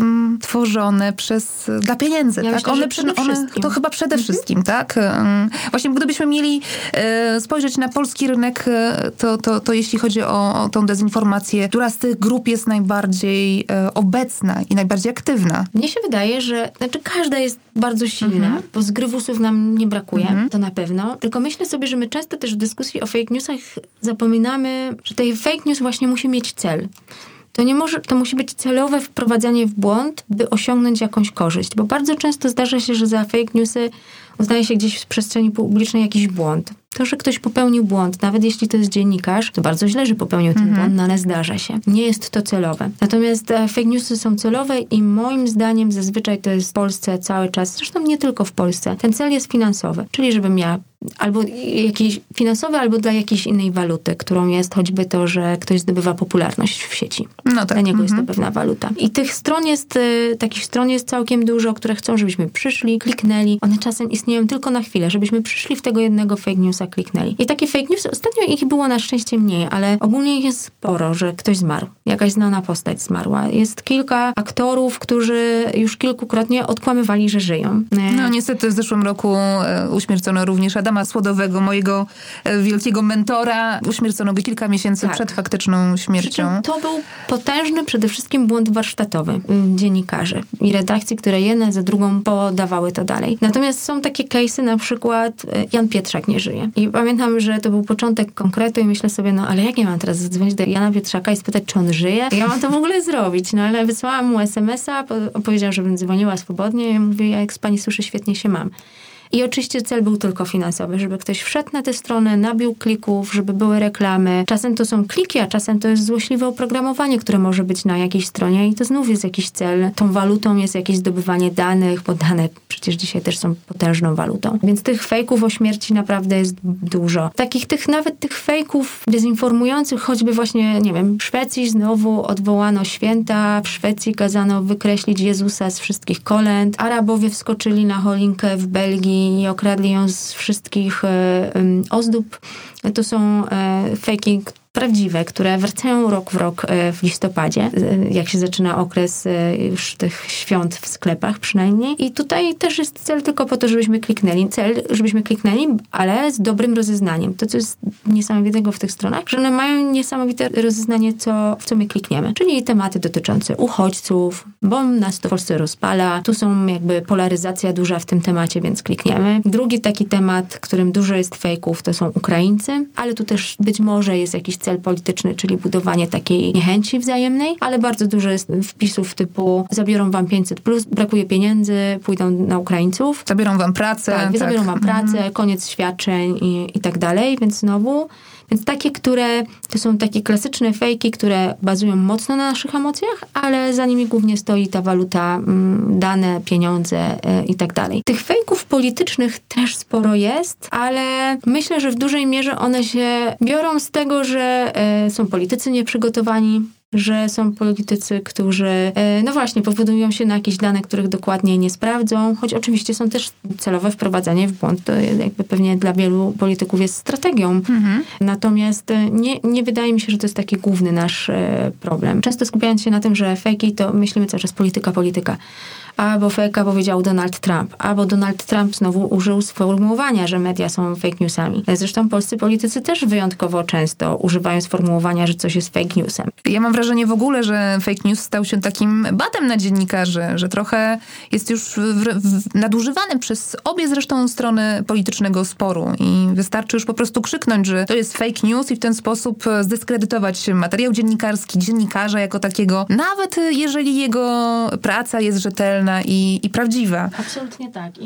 tworzone przez, dla pieniędzy. Ja tak? myślę, one, przede one To chyba przede mhm. wszystkim, tak? Y, właśnie gdybyśmy mieli y, spojrzeć na polski rynek, y, to, to, to jeśli chodzi o, o tą dezinformację, która z tych grup jest najbardziej y, obecna i najbardziej aktywna? Mnie się wydaje, że znaczy każda jest bardzo silna, mhm. bo zgrywusów nam nie brakuje. Mhm. To na pewno. Tylko myślę sobie, że my często też w dyskusji o fake newsach zapominamy, że ten fake news właśnie musi mieć cel. To nie może, to musi być celowe wprowadzanie w błąd, by osiągnąć jakąś korzyść. Bo bardzo często zdarza się, że za fake newsy uznaje się gdzieś w przestrzeni publicznej jakiś błąd. To, że ktoś popełnił błąd, nawet jeśli to jest dziennikarz, to bardzo źle, że popełnił ten mhm. błąd, no ale zdarza się. Nie jest to celowe. Natomiast e, fake newsy są celowe i moim zdaniem zazwyczaj to jest w Polsce cały czas, zresztą nie tylko w Polsce, ten cel jest finansowy. Czyli żebym ja albo jakiś finansowy, albo dla jakiejś innej waluty, którą jest choćby to, że ktoś zdobywa popularność w sieci. No tak. Dla niego mhm. jest to pewna waluta. I tych stron jest, y, takich stron jest całkiem dużo, które chcą, żebyśmy przyszli, kliknęli. One czasem istnieją tylko na chwilę, żebyśmy przyszli w tego jednego fake newsa, kliknęli. I takie fake newsy, ostatnio ich było na szczęście mniej, ale ogólnie ich jest sporo, że ktoś zmarł. Jakaś znana postać zmarła. Jest kilka aktorów, którzy już kilkukrotnie odkłamywali, że żyją. No niestety w zeszłym roku e, uśmiercono również Adama Słodowego, mojego e, wielkiego mentora. Uśmiercono go kilka miesięcy tak. przed faktyczną śmiercią. To był potężny przede wszystkim błąd warsztatowy dziennikarzy i redakcji, które jedna za drugą podawały to dalej. Natomiast są takie case'y, na przykład Jan Pietrzak nie żyje. I pamiętam, że to był początek konkretu i myślę sobie, no ale jak ja mam teraz zadzwonić do Jana Pietrzaka i spytać, czy on żyje? Ja mam to w ogóle zrobić. No ale wysłałam mu es em es a, powiedział, żebym dzwoniła swobodnie. Ja mówię, jak z pani słyszy, świetnie się mam. I oczywiście cel był tylko finansowy, żeby ktoś wszedł na tę stronę, nabił klików, żeby były reklamy. Czasem to są kliki, a czasem to jest złośliwe oprogramowanie, które może być na jakiejś stronie i to znów jest jakiś cel. Tą walutą jest jakieś zdobywanie danych, bo dane przecież dzisiaj też są potężną walutą. Więc tych fejków o śmierci naprawdę jest dużo. Takich tych, nawet tych fejków dezinformujących, choćby właśnie, nie wiem, w Szwecji znowu odwołano święta, w Szwecji kazano wykreślić Jezusa z wszystkich kolęd, Arabowie wskoczyli na choinkę w Belgii i okradli ją z wszystkich e, um, ozdób. To są e, fejki prawdziwe, które wracają rok w rok e, w listopadzie, e, jak się zaczyna okres e, już tych świąt w sklepach przynajmniej. I tutaj też jest cel tylko po to, żebyśmy kliknęli. Cel, żebyśmy kliknęli, ale z dobrym rozeznaniem. To, co jest niesamowitego w tych stronach, że one mają niesamowite rozeznanie, co, w co my klikniemy. Czyli tematy dotyczące uchodźców, bo nas to w Polsce rozpala. Tu są jakby polaryzacja duża w tym temacie, więc klikniemy. Drugi taki temat, którym dużo jest fejków, to są Ukraińcy, ale tu też być może jest jakiś cel polityczny, czyli budowanie takiej niechęci wzajemnej, ale bardzo dużo jest wpisów typu zabiorą wam pięćset plus, brakuje pieniędzy, pójdą na Ukraińców. Zabiorą wam pracę. Tak, tak. Zabiorą wam pracę, mhm. koniec świadczeń i, i tak dalej, więc znowu Więc takie, które to są takie klasyczne fejki, które bazują mocno na naszych emocjach, ale za nimi głównie stoi ta waluta, dane, pieniądze i tak dalej. Tych fejków politycznych też sporo jest, ale myślę, że w dużej mierze one się biorą z tego, że są politycy nieprzygotowani, że są politycy, którzy, no właśnie, powodują się na jakieś dane, których dokładnie nie sprawdzą, choć oczywiście są też celowe wprowadzanie w błąd. To jakby pewnie dla wielu polityków jest strategią. Mhm. Natomiast nie, nie wydaje mi się, że to jest taki główny nasz problem. Często skupiając się na tym, że fejki, to myślimy cały czas polityka, polityka. Albo fejka powiedział Donald Trump, albo Donald Trump znowu użył sformułowania, że media są fake newsami. Zresztą polscy politycy też wyjątkowo często używają sformułowania, że coś jest fake newsem. Ja mam wrażenie w ogóle, że fake news stał się takim batem na dziennikarzy, że trochę jest już w, w, nadużywany przez obie zresztą strony politycznego sporu i wystarczy już po prostu krzyknąć, że to jest fake news i w ten sposób zdyskredytować materiał dziennikarski, dziennikarza jako takiego, nawet jeżeli jego praca jest rzetelna I, i prawdziwa. Absolutnie tak. I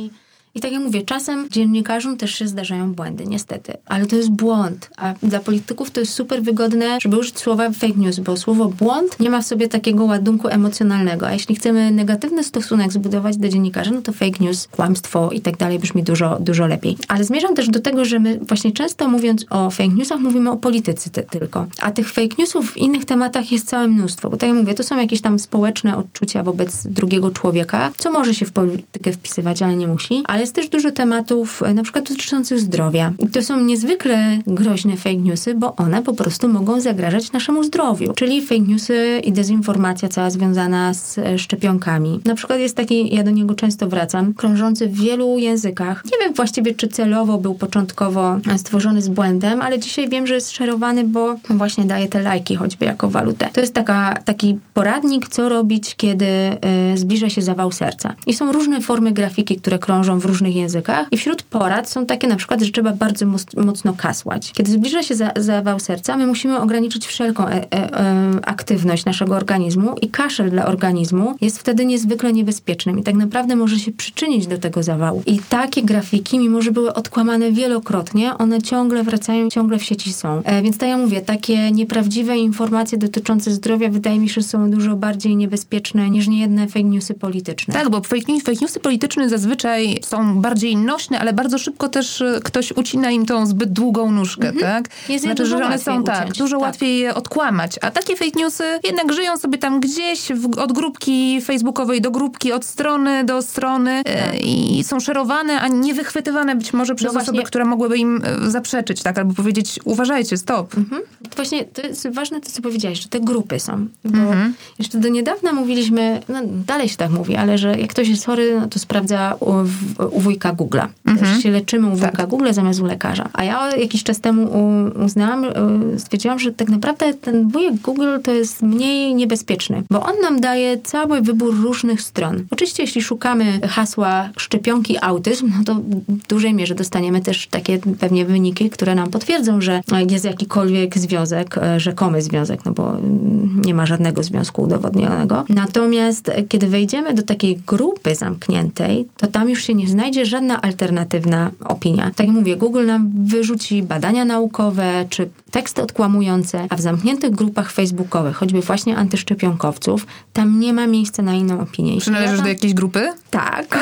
I tak jak mówię, czasem dziennikarzom też się zdarzają błędy, niestety. Ale to jest błąd. A dla polityków to jest super wygodne, żeby użyć słowa fake news, bo słowo błąd nie ma w sobie takiego ładunku emocjonalnego. A jeśli chcemy negatywny stosunek zbudować do dziennikarzy, no to fake news, kłamstwo i tak dalej brzmi dużo, dużo lepiej. Ale zmierzam też do tego, że my właśnie często mówiąc o fake newsach, mówimy o polityce ty- tylko. A tych fake newsów w innych tematach jest całe mnóstwo. Bo tak jak mówię, to są jakieś tam społeczne odczucia wobec drugiego człowieka, co może się w politykę wpisywać, ale nie musi. Ale jest też dużo tematów, na przykład dotyczących zdrowia. I to są niezwykle groźne fake newsy, bo one po prostu mogą zagrażać naszemu zdrowiu. Czyli fake newsy i dezinformacja cała związana z szczepionkami. Na przykład jest taki, ja do niego często wracam, krążący w wielu językach. Nie wiem właściwie, czy celowo był początkowo stworzony z błędem, ale dzisiaj wiem, że jest szerowany, bo właśnie daje te lajki choćby jako walutę. To jest taka, taki poradnik, co robić, kiedy y, zbliża się zawał serca. I są różne formy grafiki, które krążą w różnych językach i wśród porad są takie na przykład, że trzeba bardzo mocno kasłać. Kiedy zbliża się za, zawał serca, my musimy ograniczyć wszelką e, e, e, aktywność naszego organizmu i kaszel dla organizmu jest wtedy niezwykle niebezpiecznym i tak naprawdę może się przyczynić do tego zawału. I takie grafiki, mimo że były odkłamane wielokrotnie, one ciągle wracają, ciągle w sieci są. E, więc tak ja mówię, takie nieprawdziwe informacje dotyczące zdrowia wydaje mi się, że są dużo bardziej niebezpieczne niż niejedne fake newsy polityczne. Tak, bo fake, news, fake newsy polityczne zazwyczaj są bardziej nośne, ale bardzo szybko też ktoś ucina im tą zbyt długą nóżkę, mhm. tak? Jest znaczy, że one są uciąć. tak, dużo tak. łatwiej je odkłamać. A takie fake newsy jednak żyją sobie tam gdzieś w, od grupki facebookowej do grupki, od strony do strony tak. e, i są szerowane, a nie wychwytywane być może przez no osoby, właśnie. które mogłyby im zaprzeczyć, tak? Albo powiedzieć, uważajcie, stop. Mhm. To właśnie to jest ważne to, co powiedziałaś, że te grupy są. Bo mhm. jeszcze do niedawna mówiliśmy, no dalej się tak mówi, ale że jak ktoś jest chory, no to sprawdza u, w, u wujka Google'a. Mhm. Też się leczymy u wujka tak. Google zamiast u lekarza. A ja jakiś czas temu u, uznałam, stwierdziłam, że tak naprawdę ten wujek Google to jest mniej niebezpieczny, bo on nam daje cały wybór różnych stron. Oczywiście jeśli szukamy hasła szczepionki autyzm, no to w dużej mierze dostaniemy też takie pewnie wyniki, które nam potwierdzą, że jest jakikolwiek związek, rzekomy związek, no bo nie ma żadnego związku udowodnionego. Natomiast kiedy wejdziemy do takiej grupy zamkniętej, to tam już się nie znajdzie żadna alternatywna opinia. Tak jak mówię, Google nam wyrzuci badania naukowe, czy teksty odkłamujące, a w zamkniętych grupach facebookowych, choćby właśnie antyszczepionkowców, tam nie ma miejsca na inną opinię. Przynależysz ja tam... do jakiejś grupy? Tak.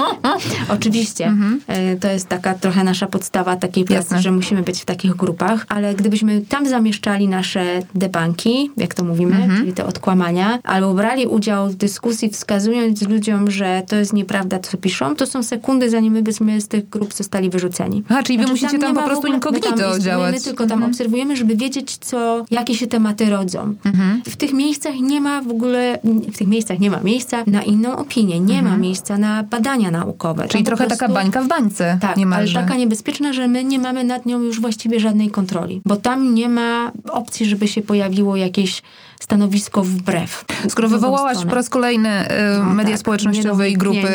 Oczywiście. Mhm. To jest taka trochę nasza podstawa takiej pracy, Jasne. że musimy być w takich grupach, ale gdybyśmy tam zamieszczali nasze debanki, jak to mówimy, mhm. czyli te odkłamania, albo brali udział w dyskusji, wskazując ludziom, że to jest nieprawda, co piszą, to są sekundy, zanim my byśmy z tych grup zostali wyrzuceni. A, czyli znaczy, wy musicie tam, tam po prostu incognito działać. My tylko tam mhm. obserwujemy, żeby wiedzieć, co, jakie się tematy rodzą. Mhm. W tych miejscach nie ma w ogóle, w tych miejscach nie ma miejsca na inną opinię, nie mhm. ma miejsca na badania naukowe. Czyli tam trochę prostu, taka bańka w bańce. Tak, niemalże. ale taka niebezpieczna, że my nie mamy nad nią już właściwie żadnej kontroli. Bo tam nie ma opcji, żeby się pojawiło jakieś stanowisko wbrew. Skoro wywołałaś po raz kolejny y, no media tak, społecznościowe i grupy,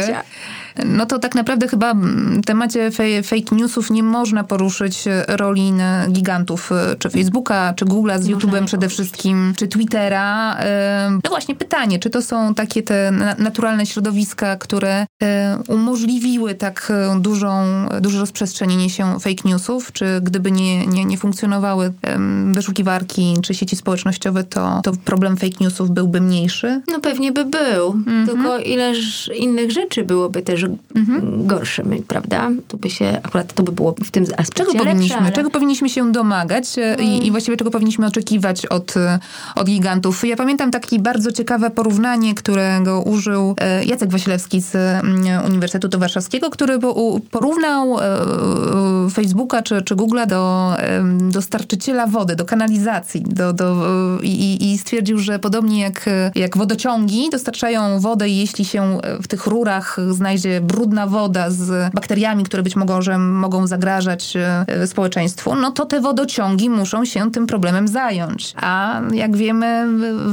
no to tak naprawdę chyba w temacie fej, fake newsów nie można poruszyć roli gigantów, czy Facebooka, czy Google'a z YouTube'em przede wszystkim, czy Twittera. No właśnie pytanie, czy to są takie te naturalne środowiska, które umożliwiły tak dużą, duże rozprzestrzenienie się fake newsów, czy gdyby nie, nie, nie funkcjonowały wyszukiwarki, czy sieci społecznościowe, to, to problem fake newsów byłby mniejszy? No pewnie by był, mhm. tylko ileż innych rzeczy byłoby też mhm. gorszym, prawda? To by się, akurat to by było w tym aspekcie czego powinniśmy, lepsze, ale... czego powinniśmy się domagać hmm. i, i właściwie czego powinniśmy oczekiwać od, od gigantów? Ja pamiętam takie bardzo ciekawe porównanie, którego użył Jacek Wasilewski z Uniwersytetu Warszawskiego, który porównał Facebooka czy, czy Google'a do dostarczyciela wody, do kanalizacji do, do, i, i stwierdził, że podobnie jak, jak wodociągi dostarczają wodę i jeśli się w tych rurach znajdzie brudna woda z bakteriami, które być może mogą zagrażać społeczeństwu, no to te wodociągi muszą się tym problemem zająć. A jak wiemy,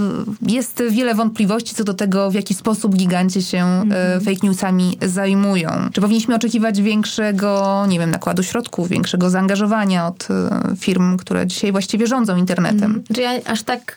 jest wiele wątpliwości co do tego, w jaki sposób giganci się mm. fake newsami zajmują. Czy powinniśmy oczekiwać większego, nie wiem, nakładu środków, większego zaangażowania od firm, które dzisiaj właściwie rządzą internetem? Mm. Czy ja aż tak mocno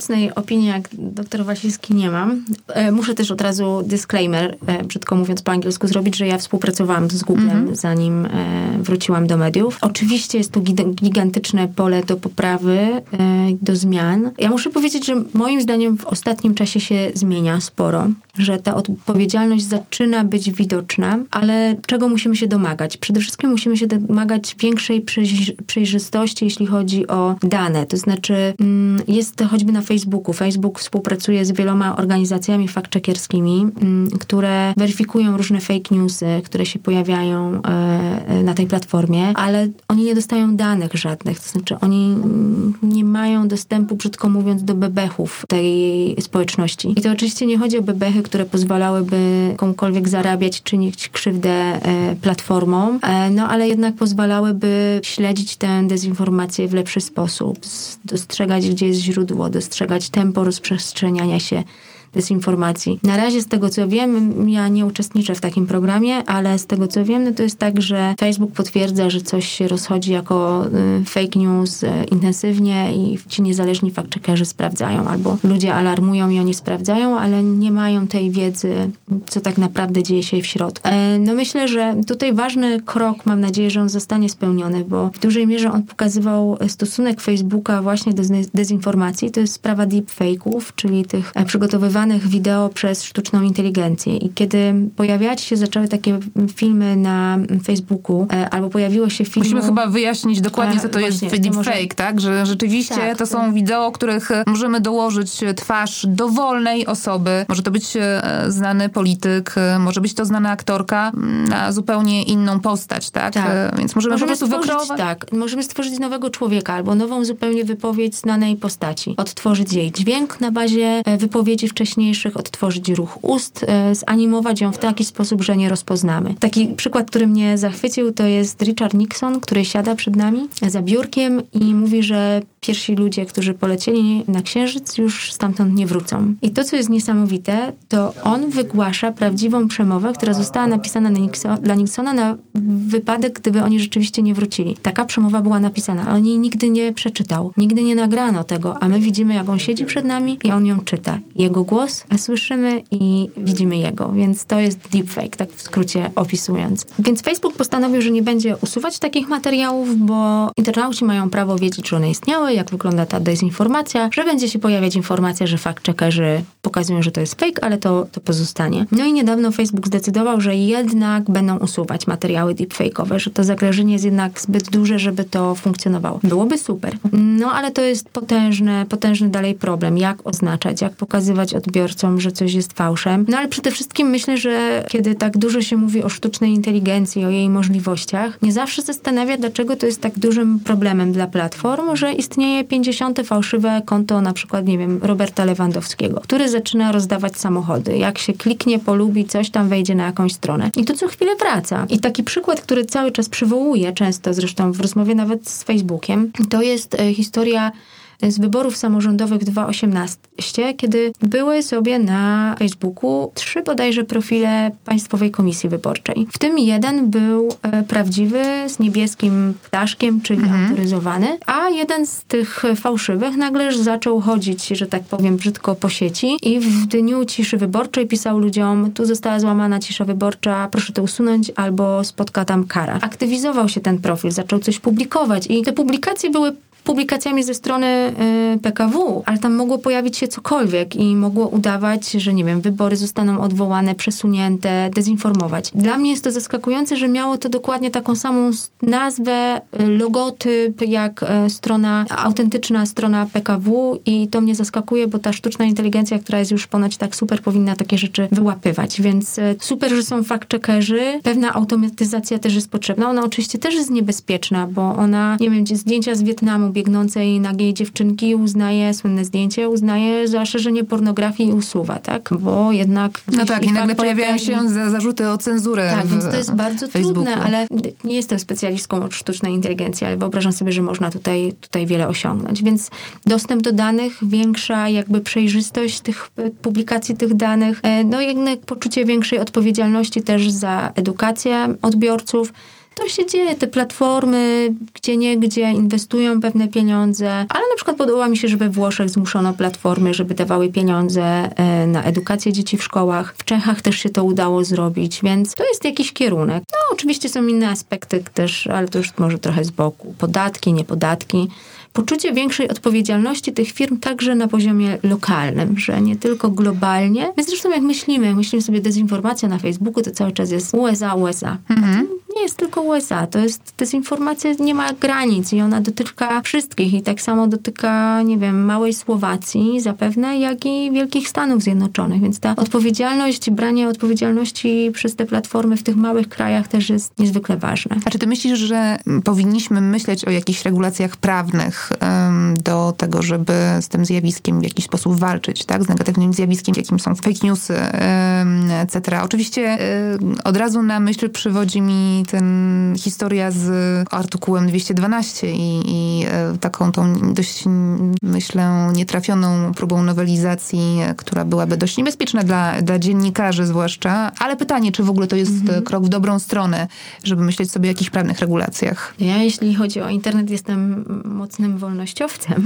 mocnej opinii jak dr Wasilski nie mam. E, muszę też od razu disclaimer, e, brzydko mówiąc po angielsku, zrobić, że ja współpracowałam z Googlem, mm-hmm. zanim e, wróciłam do mediów. Oczywiście jest tu gigantyczne pole do poprawy, e, do zmian. Ja muszę powiedzieć, że moim zdaniem w ostatnim czasie się zmienia sporo, że ta odpowiedzialność zaczyna być widoczna, ale czego musimy się domagać? Przede wszystkim musimy się domagać większej przejrzystości, jeśli chodzi o dane. To znaczy jest to choćby na Facebooku. Facebook współpracuje z wieloma organizacjami fact-checkerskimi, które weryfikują różne fake newsy, które się pojawiają na tej platformie, ale oni nie dostają danych żadnych. To znaczy oni nie mają dostępu, brzydko mówiąc, do bebechów tej społeczności. I to oczywiście nie chodzi o bebechy, które pozwalałyby komukolwiek zarabiać, czynić krzywdę platformom, no ale jednak pozwalałyby śledzić tę dezinformację w lepszy sposób, dostrzegać, gdzie jest źródło, dostrzegać tempo rozprzestrzeniania się dezinformacji. Na razie z tego, co wiem, ja nie uczestniczę w takim programie, ale z tego, co wiem, no to jest tak, że Facebook potwierdza, że coś się rozchodzi jako y, fake news y, intensywnie i ci niezależni fact-checkerzy sprawdzają, albo ludzie alarmują i oni sprawdzają, ale nie mają tej wiedzy, co tak naprawdę dzieje się w środku. E, no myślę, że tutaj ważny krok, mam nadzieję, że on zostanie spełniony, bo w dużej mierze on pokazywał stosunek Facebooka właśnie do dezinformacji. To jest sprawa deepfake'ów, czyli tych e, przygotowywanych wideo przez sztuczną inteligencję. I kiedy pojawiać się zaczęły takie filmy na Facebooku, e, albo pojawiło się film... Musimy chyba wyjaśnić dokładnie, co to właśnie, jest deepfake, może... tak? Że rzeczywiście tak, to są wideo, których możemy dołożyć twarz dowolnej osoby. Może to być e, znany polityk, e, może być to znana aktorka na zupełnie inną postać, tak? tak. E, więc możemy, możemy po prostu stworzyć, wykreować... Tak, możemy stworzyć nowego człowieka, albo nową zupełnie wypowiedź znanej postaci. Odtworzyć jej dźwięk na bazie e, wypowiedzi wcześniejszych, odtworzyć ruch ust, e, zanimować ją w taki sposób, że nie rozpoznamy. Taki przykład, który mnie zachwycił, to jest Richard Nixon, który siada przed nami za biurkiem i mówi, że pierwsi ludzie, którzy polecieli na Księżyc, już stamtąd nie wrócą. I to, co jest niesamowite, to on wygłasza prawdziwą przemowę, która została napisana na Nixon, dla Nixona na wypadek, gdyby oni rzeczywiście nie wrócili. Taka przemowa była napisana, ale on jej nigdy nie przeczytał. Nigdy nie nagrano tego, a my widzimy, jak on siedzi przed nami i on ją czyta. Jego głos, a słyszymy i widzimy jego. Więc to jest deepfake, tak w skrócie opisując. Więc Facebook postanowił, że nie będzie usuwać takich materiałów, bo internauci mają prawo wiedzieć, że one istniały, jak wygląda ta dezinformacja, że będzie się pojawiać informacja, że fact-checkerzy pokazują, że to jest fake, ale to, to pozostanie. No i niedawno Facebook zdecydował, że jednak będą usuwać materiały deepfake'owe, że to zagrożenie jest jednak zbyt duże, żeby to funkcjonowało. Byłoby super. No ale to jest potężny, potężny dalej problem. Jak oznaczać, jak pokazywać odbiorcom, że coś jest fałszem. No ale przede wszystkim myślę, że kiedy tak dużo się mówi o sztucznej inteligencji, o jej możliwościach, nie zawsze zastanawia, dlaczego to jest tak dużym problemem dla platform, że istnieje pięćdziesiąte fałszywe konto, na przykład, nie wiem, Roberta Lewandowskiego, który zaczyna rozdawać samochody. Jak się kliknie, polubi coś, tam wejdzie na jakąś stronę. I to co chwilę wraca. I taki przykład, który cały czas przywołuję, często zresztą w rozmowie nawet z Facebookiem, to jest e, historia z wyborów samorządowych dwa tysiące osiemnaście, kiedy były sobie na Facebooku trzy bodajże profile Państwowej Komisji Wyborczej. W tym jeden był e, prawdziwy, z niebieskim ptaszkiem, czyli mhm. autoryzowany, a jeden z tych fałszywych nagle zaczął chodzić, że tak powiem brzydko, po sieci i w dniu ciszy wyborczej pisał ludziom: tu została złamana cisza wyborcza, proszę to usunąć, albo spotka tam kara. Aktywizował się ten profil, zaczął coś publikować i te publikacje były publikacjami ze strony y, P K W, ale tam mogło pojawić się cokolwiek i mogło udawać, że nie wiem, wybory zostaną odwołane, przesunięte, dezinformować. Dla mnie jest to zaskakujące, że miało to dokładnie taką samą nazwę, logotyp, jak y, strona, autentyczna strona P K W i to mnie zaskakuje, bo ta sztuczna inteligencja, która jest już ponoć tak super, powinna takie rzeczy wyłapywać, więc y, super, że są fact-checkerzy, pewna automatyzacja też jest potrzebna. Ona oczywiście też jest niebezpieczna, bo ona, nie wiem, zdjęcia z Wietnamu biegnącej nagiej dziewczynki uznaje, słynne zdjęcie, uznaje za szerzenie pornografii i usuwa, tak? Bo jednak... No tak, i nagle pojawiają się za zarzuty o cenzurę. Tak, w, więc to jest bardzo Facebooku. trudne, ale nie jestem specjalistką od sztucznej inteligencji, ale wyobrażam sobie, że można tutaj, tutaj wiele osiągnąć. Więc dostęp do danych, większa jakby przejrzystość tych publikacji tych danych, no jednak poczucie większej odpowiedzialności też za edukację odbiorców. to się dzieje. Te platformy gdzie niegdzie inwestują pewne pieniądze, ale na przykład podoba mi się, że we Włoszech zmuszono platformy, żeby dawały pieniądze na edukację dzieci w szkołach. W Czechach też się to udało zrobić, więc to jest jakiś kierunek. No oczywiście są inne aspekty też, ale to już może trochę z boku. Podatki, niepodatki. Poczucie większej odpowiedzialności tych firm także na poziomie lokalnym, że nie tylko globalnie. My zresztą jak myślimy, jak myślimy sobie dezinformacja na Facebooku, to cały czas jest U S A, U S A. Mhm. Nie jest tylko U S A, to jest dezinformacja, nie ma granic i ona dotyka wszystkich i tak samo dotyka, nie wiem, małej Słowacji zapewne, jak i wielkich Stanów Zjednoczonych, więc ta odpowiedzialność, branie odpowiedzialności przez te platformy w tych małych krajach też jest niezwykle ważne. A czy ty myślisz, że powinniśmy myśleć o jakichś regulacjach prawnych do tego, żeby z tym zjawiskiem w jakiś sposób walczyć, tak? Z negatywnym zjawiskiem, jakim są fake newsy, et cetera. Oczywiście od razu na myśl przywodzi mi ten historia z artykułem dwieście dwanaście i, i taką tą dość, myślę, nietrafioną próbą nowelizacji, która byłaby dość niebezpieczna dla, dla dziennikarzy zwłaszcza. Ale pytanie, czy w ogóle to jest mhm. krok w dobrą stronę, żeby myśleć sobie o jakichś prawnych regulacjach? Ja, jeśli chodzi o internet, jestem mocnym wolnościowcem,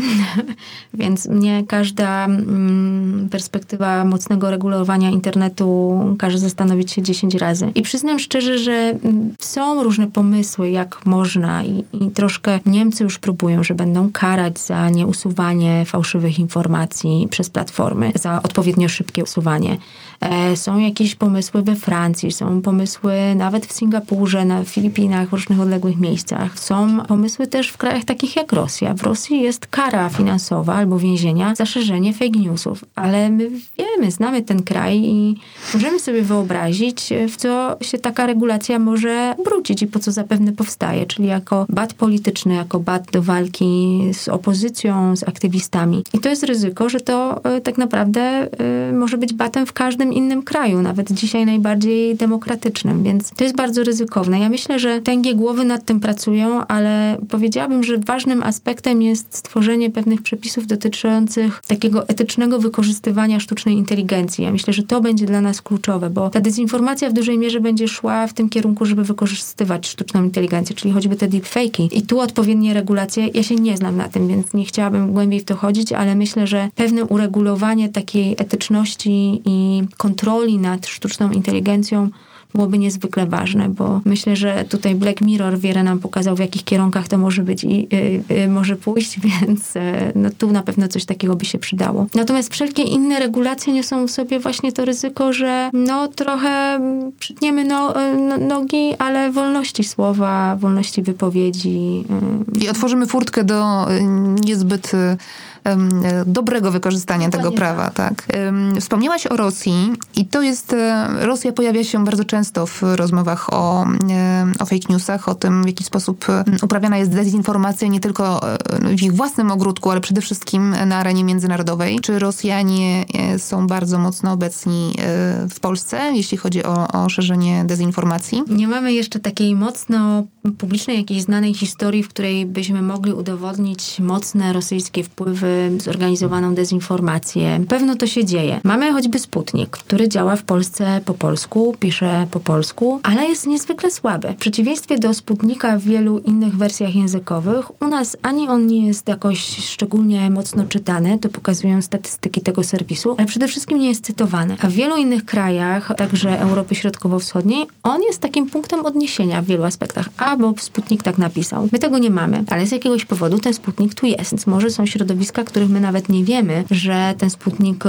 więc mnie każda mm, perspektywa mocnego regulowania internetu każe zastanowić się dziesięć razy. I przyznam szczerze, że są różne pomysły, jak można i, i troszkę Niemcy już próbują, że będą karać za nieusuwanie fałszywych informacji przez platformy, za odpowiednio szybkie usuwanie. E, są jakieś pomysły we Francji, są pomysły nawet w Singapurze, na Filipinach, w różnych odległych miejscach. Są pomysły też w krajach takich jak Rosja. W Rosji jest kara finansowa albo więzienia za szerzenie fake newsów, ale my wiemy, znamy ten kraj i możemy sobie wyobrazić, w co się taka regulacja może obrócić i po co zapewne powstaje, czyli jako bat polityczny, jako bat do walki z opozycją, z aktywistami. I to jest ryzyko, że to y, tak naprawdę y, może być batem w każdym innym kraju, nawet dzisiaj najbardziej demokratycznym, więc to jest bardzo ryzykowne. Ja myślę, że tęgie głowy nad tym pracują, ale powiedziałabym, że ważnym aspektem jest stworzenie pewnych przepisów dotyczących takiego etycznego wykorzystywania sztucznej inteligencji. Ja myślę, że to będzie dla nas kluczowe, bo ta dezinformacja w dużej mierze będzie szła w tym kierunku, żeby wykorzystywać sztuczną inteligencję, czyli choćby te deepfake'i. I tu odpowiednie regulacje, ja się nie znam na tym, więc nie chciałabym głębiej w to chodzić, ale myślę, że pewne uregulowanie takiej etyczności i kontroli nad sztuczną inteligencją byłoby niezwykle ważne, bo myślę, że tutaj Black Mirror wiele nam pokazał, w jakich kierunkach to może być i y, y, może pójść, więc y, no, tu na pewno coś takiego by się przydało. Natomiast wszelkie inne regulacje niosą w sobie właśnie to ryzyko, że no trochę przytniemy no, no, nogi, ale wolności słowa, wolności wypowiedzi. Y. I otworzymy furtkę do y, niezbyt y, dobrego wykorzystania Dokładnie tego prawa, tak. tak. Wspomniałaś o Rosji i to jest, Rosja pojawia się bardzo często w rozmowach o, o fake newsach, o tym, w jaki sposób uprawiana jest dezinformacja nie tylko w ich własnym ogródku, ale przede wszystkim na arenie międzynarodowej. Czy Rosjanie są bardzo mocno obecni w Polsce, jeśli chodzi o, o szerzenie dezinformacji? Nie mamy jeszcze takiej mocno publicznej, jakiejś znanej historii, w której byśmy mogli udowodnić mocne rosyjskie wpływy, zorganizowaną dezinformację. Pewno to się dzieje. Mamy choćby Sputnik, który działa w Polsce po polsku, pisze po polsku, ale jest niezwykle słaby. W przeciwieństwie do Sputnika w wielu innych wersjach językowych, u nas ani on nie jest jakoś szczególnie mocno czytany, to pokazują statystyki tego serwisu, ale przede wszystkim nie jest cytowany. A w wielu innych krajach, także Europy Środkowo-Wschodniej, on jest takim punktem odniesienia w wielu aspektach. A, bo Sputnik tak napisał. My tego nie mamy, ale z jakiegoś powodu ten Sputnik tu jest. Więc może są środowiska, których my nawet nie wiemy, że ten Sputnik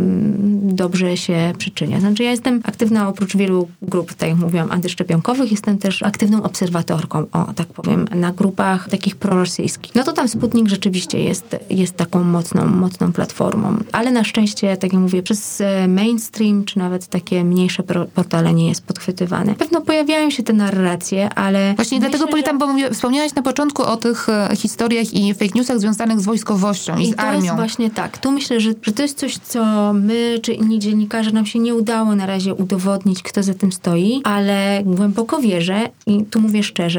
dobrze się przyczynia. Znaczy ja jestem aktywna oprócz wielu grup, tak jak mówiłam, antyszczepionkowych, jestem też aktywną obserwatorką, o tak powiem, na grupach takich prorosyjskich. No to tam Sputnik rzeczywiście jest, jest taką mocną, mocną platformą. Ale na szczęście, tak jak mówię, przez mainstream, czy nawet takie mniejsze portale nie jest podchwytywane. Pewno pojawiają się te narracje, ale... Właśnie myślę, dlatego pytam, że... bo mówię, wspomniałaś na początku o tych historiach i fake newsach związanych z wojskowością i, I z armią. To jest właśnie tak. Tu myślę, że, że to jest coś, co my, czy inni dziennikarze, nam się nie udało na razie udowodnić, kto za tym stoi, ale głęboko wierzę i tu mówię szczerze,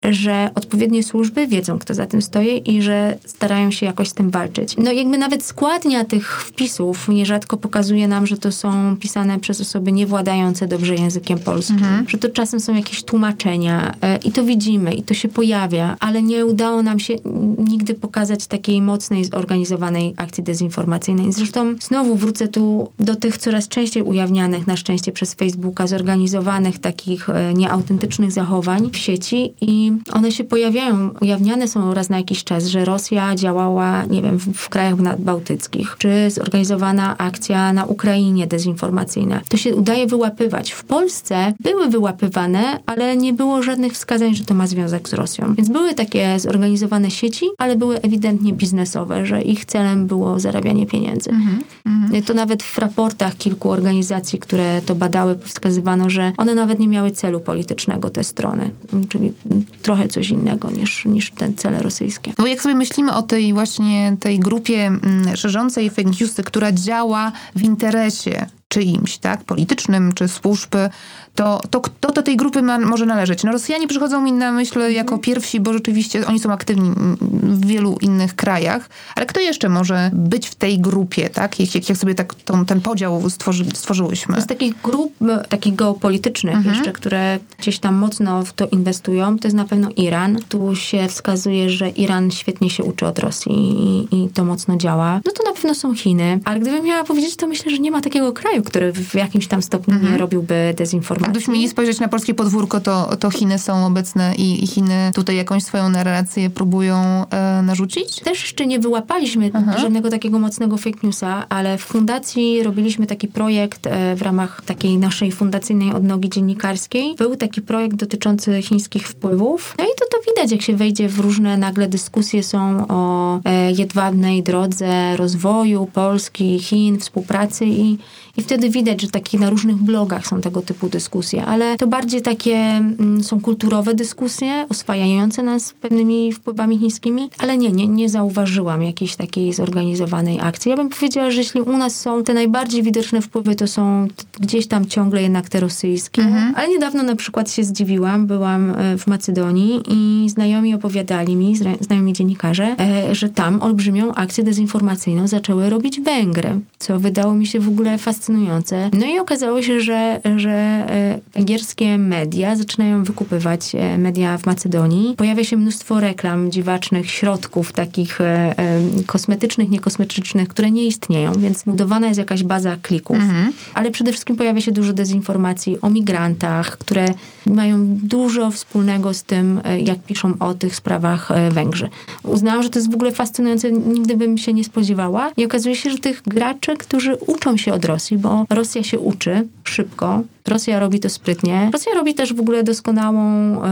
że odpowiednie służby wiedzą, kto za tym stoi i że starają się jakoś z tym walczyć. No jakby nawet składnia tych wpisów nierzadko pokazuje nam, że to są pisane przez osoby niewładające dobrze językiem polskim, mhm. że to czasem są jakieś tłumaczenia e, i to widzimy, i to się pojawia, ale nie udało nam się nigdy pokazać takiej mocnej, zorganizowanej akcji dezinformacyjnej. Zresztą znowu wrócę tu do tych coraz częściej ujawnianych na szczęście przez Facebooka zorganizowanych takich e, nieautentycznych zachowań w sieci i one się pojawiają, ujawniane są raz na jakiś czas, że Rosja działała, nie wiem, w, w krajach nadbałtyckich, czy zorganizowana akcja na Ukrainie dezinformacyjna. To się udaje wyłapywać. W Polsce były wyłapywane, ale nie było żadnych wskazań, że to ma związek z Rosją. Więc były takie zorganizowane sieci, ale były ewidentnie biznesowe, że ich celem było zarabianie pieniędzy. Mm-hmm. To nawet w raportach kilku organizacji, które to badały, wskazywano, że one nawet nie miały celu politycznego, te strony. Czyli trochę coś innego niż, niż te cele rosyjskie. No jak sobie myślimy o tej właśnie tej grupie mm, szerzącej fake newsy, która działa w interesie czyimś, tak, politycznym, czy służb, to, to kto do tej grupy ma, może należeć? No Rosjanie przychodzą mi na myśl jako pierwsi, bo rzeczywiście oni są aktywni w wielu innych krajach, ale kto jeszcze może być w tej grupie, tak? Jak, jak sobie tak tą, ten podział stworzy, stworzyłyśmy? Z takich grup, takich geopolitycznych mhm. jeszcze, które gdzieś tam mocno w to inwestują, to jest na pewno Iran. Tu się wskazuje, że Iran świetnie się uczy od Rosji i, i to mocno działa. No to na pewno są Chiny, ale gdybym miała powiedzieć, to myślę, że nie ma takiego kraju, który w jakimś tam stopniu mhm. nie robiłby dezinformacji. Gdybyśmy mieli spojrzeć na polskie podwórko, to, to Chiny są obecne i, i Chiny tutaj jakąś swoją narrację próbują e, narzucić? Też jeszcze nie wyłapaliśmy Aha. żadnego takiego mocnego fake newsa, ale w fundacji robiliśmy taki projekt e, w ramach takiej naszej fundacyjnej odnogi dziennikarskiej. Był taki projekt dotyczący chińskich wpływów. No i to, to widać, jak się wejdzie w różne nagle dyskusje są o e, jedwabnej drodze rozwoju Polski, Chin, współpracy i, i wtedy widać, że takie na różnych blogach są tego typu dyskusje, ale to bardziej takie mm, są kulturowe dyskusje, oswajające nas pewnymi wpływami chińskimi, ale nie, nie, nie zauważyłam jakiejś takiej zorganizowanej akcji. Ja bym powiedziała, że jeśli u nas są te najbardziej widoczne wpływy, to są t- gdzieś tam ciągle jednak te rosyjskie, mhm. ale niedawno na przykład się zdziwiłam, byłam w Macedonii i znajomi opowiadali mi, znajomi dziennikarze, e, że tam olbrzymią akcję dezinformacyjną zaczęły robić Węgry, co wydało mi się w ogóle fascynujące. No i okazało się, że, że węgierskie media zaczynają wykupywać media w Macedonii. Pojawia się mnóstwo reklam dziwacznych, środków takich e, e, kosmetycznych, niekosmetycznych, które nie istnieją, więc budowana jest jakaś baza klików. Mhm. Ale przede wszystkim pojawia się dużo dezinformacji o migrantach, które mają dużo wspólnego z tym, jak piszą o tych sprawach Węgrzy. Uznałam, że to jest w ogóle fascynujące, nigdy bym się nie spodziewała. I okazuje się, że tych graczy, którzy uczą się od Rosji, bo Rosja się uczy szybko, Rosja robi to sprytnie. Rosja robi też w ogóle doskonałą,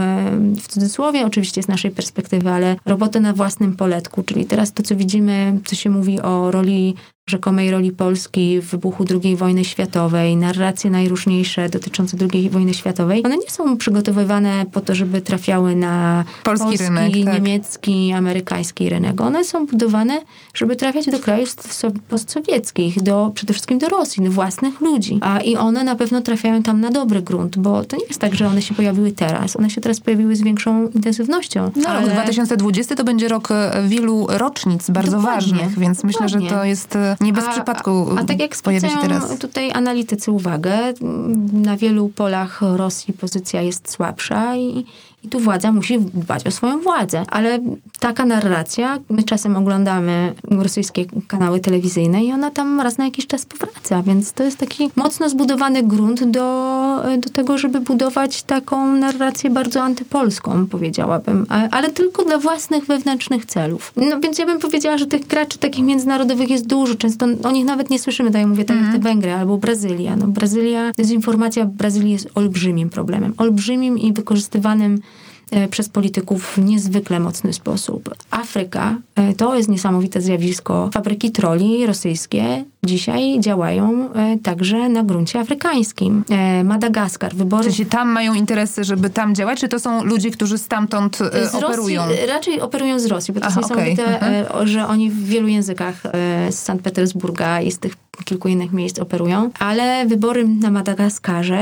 w cudzysłowie oczywiście z naszej perspektywy, ale robotę na własnym poletku, czyli teraz to, co widzimy, co się mówi o roli, rzekomej roli Polski w wybuchu drugiej wojny światowej, narracje najróżniejsze dotyczące drugiej wojny światowej, one nie są przygotowywane po to, żeby trafiały na polski, polski rynek, tak. niemiecki, amerykański rynek. One są budowane, żeby trafiać do krajów postsowieckich, do, przede wszystkim do Rosji, do własnych ludzi. A i one na pewno trafiają tam na dobry grunt, bo to nie jest tak, że one się pojawiły teraz. One się teraz pojawiły z większą intensywnością. No, ale... Rok dwa tysiące dwudziesty to będzie rok wielu rocznic bardzo Dokładnie. ważnych, więc Dokładnie. myślę, że to jest nie bez a, przypadku a, a tak jak pojawi się teraz. Tutaj analitycy uwagę, na wielu polach Rosji pozycja jest słabsza i I tu władza musi dbać o swoją władzę. Ale taka narracja, my czasem oglądamy rosyjskie kanały telewizyjne i ona tam raz na jakiś czas powraca. Więc to jest taki mocno zbudowany grunt do, do tego, żeby budować taką narrację bardzo antypolską, powiedziałabym. Ale tylko dla własnych wewnętrznych celów. No więc ja bym powiedziała, że tych graczy takich międzynarodowych jest dużo. Często o nich nawet nie słyszymy, tak jak mówię, tak mm. jak te Węgry albo Brazylia. No Brazylia, dezinformacja w Brazylii jest olbrzymim problemem. Olbrzymim i wykorzystywanym przez polityków w niezwykle mocny sposób. Afryka to jest niesamowite zjawisko. Fabryki troli rosyjskie dzisiaj działają także na gruncie afrykańskim. Madagaskar, wybory... Czy się tam mają interesy, żeby tam działać, czy to są ludzie, którzy stamtąd z operują? Rosji, raczej operują z Rosji, bo to jest niesamowite, okay. że oni w wielu językach z Sankt Petersburga i z tych kilku innych miejsc operują, ale wybory na Madagaskarze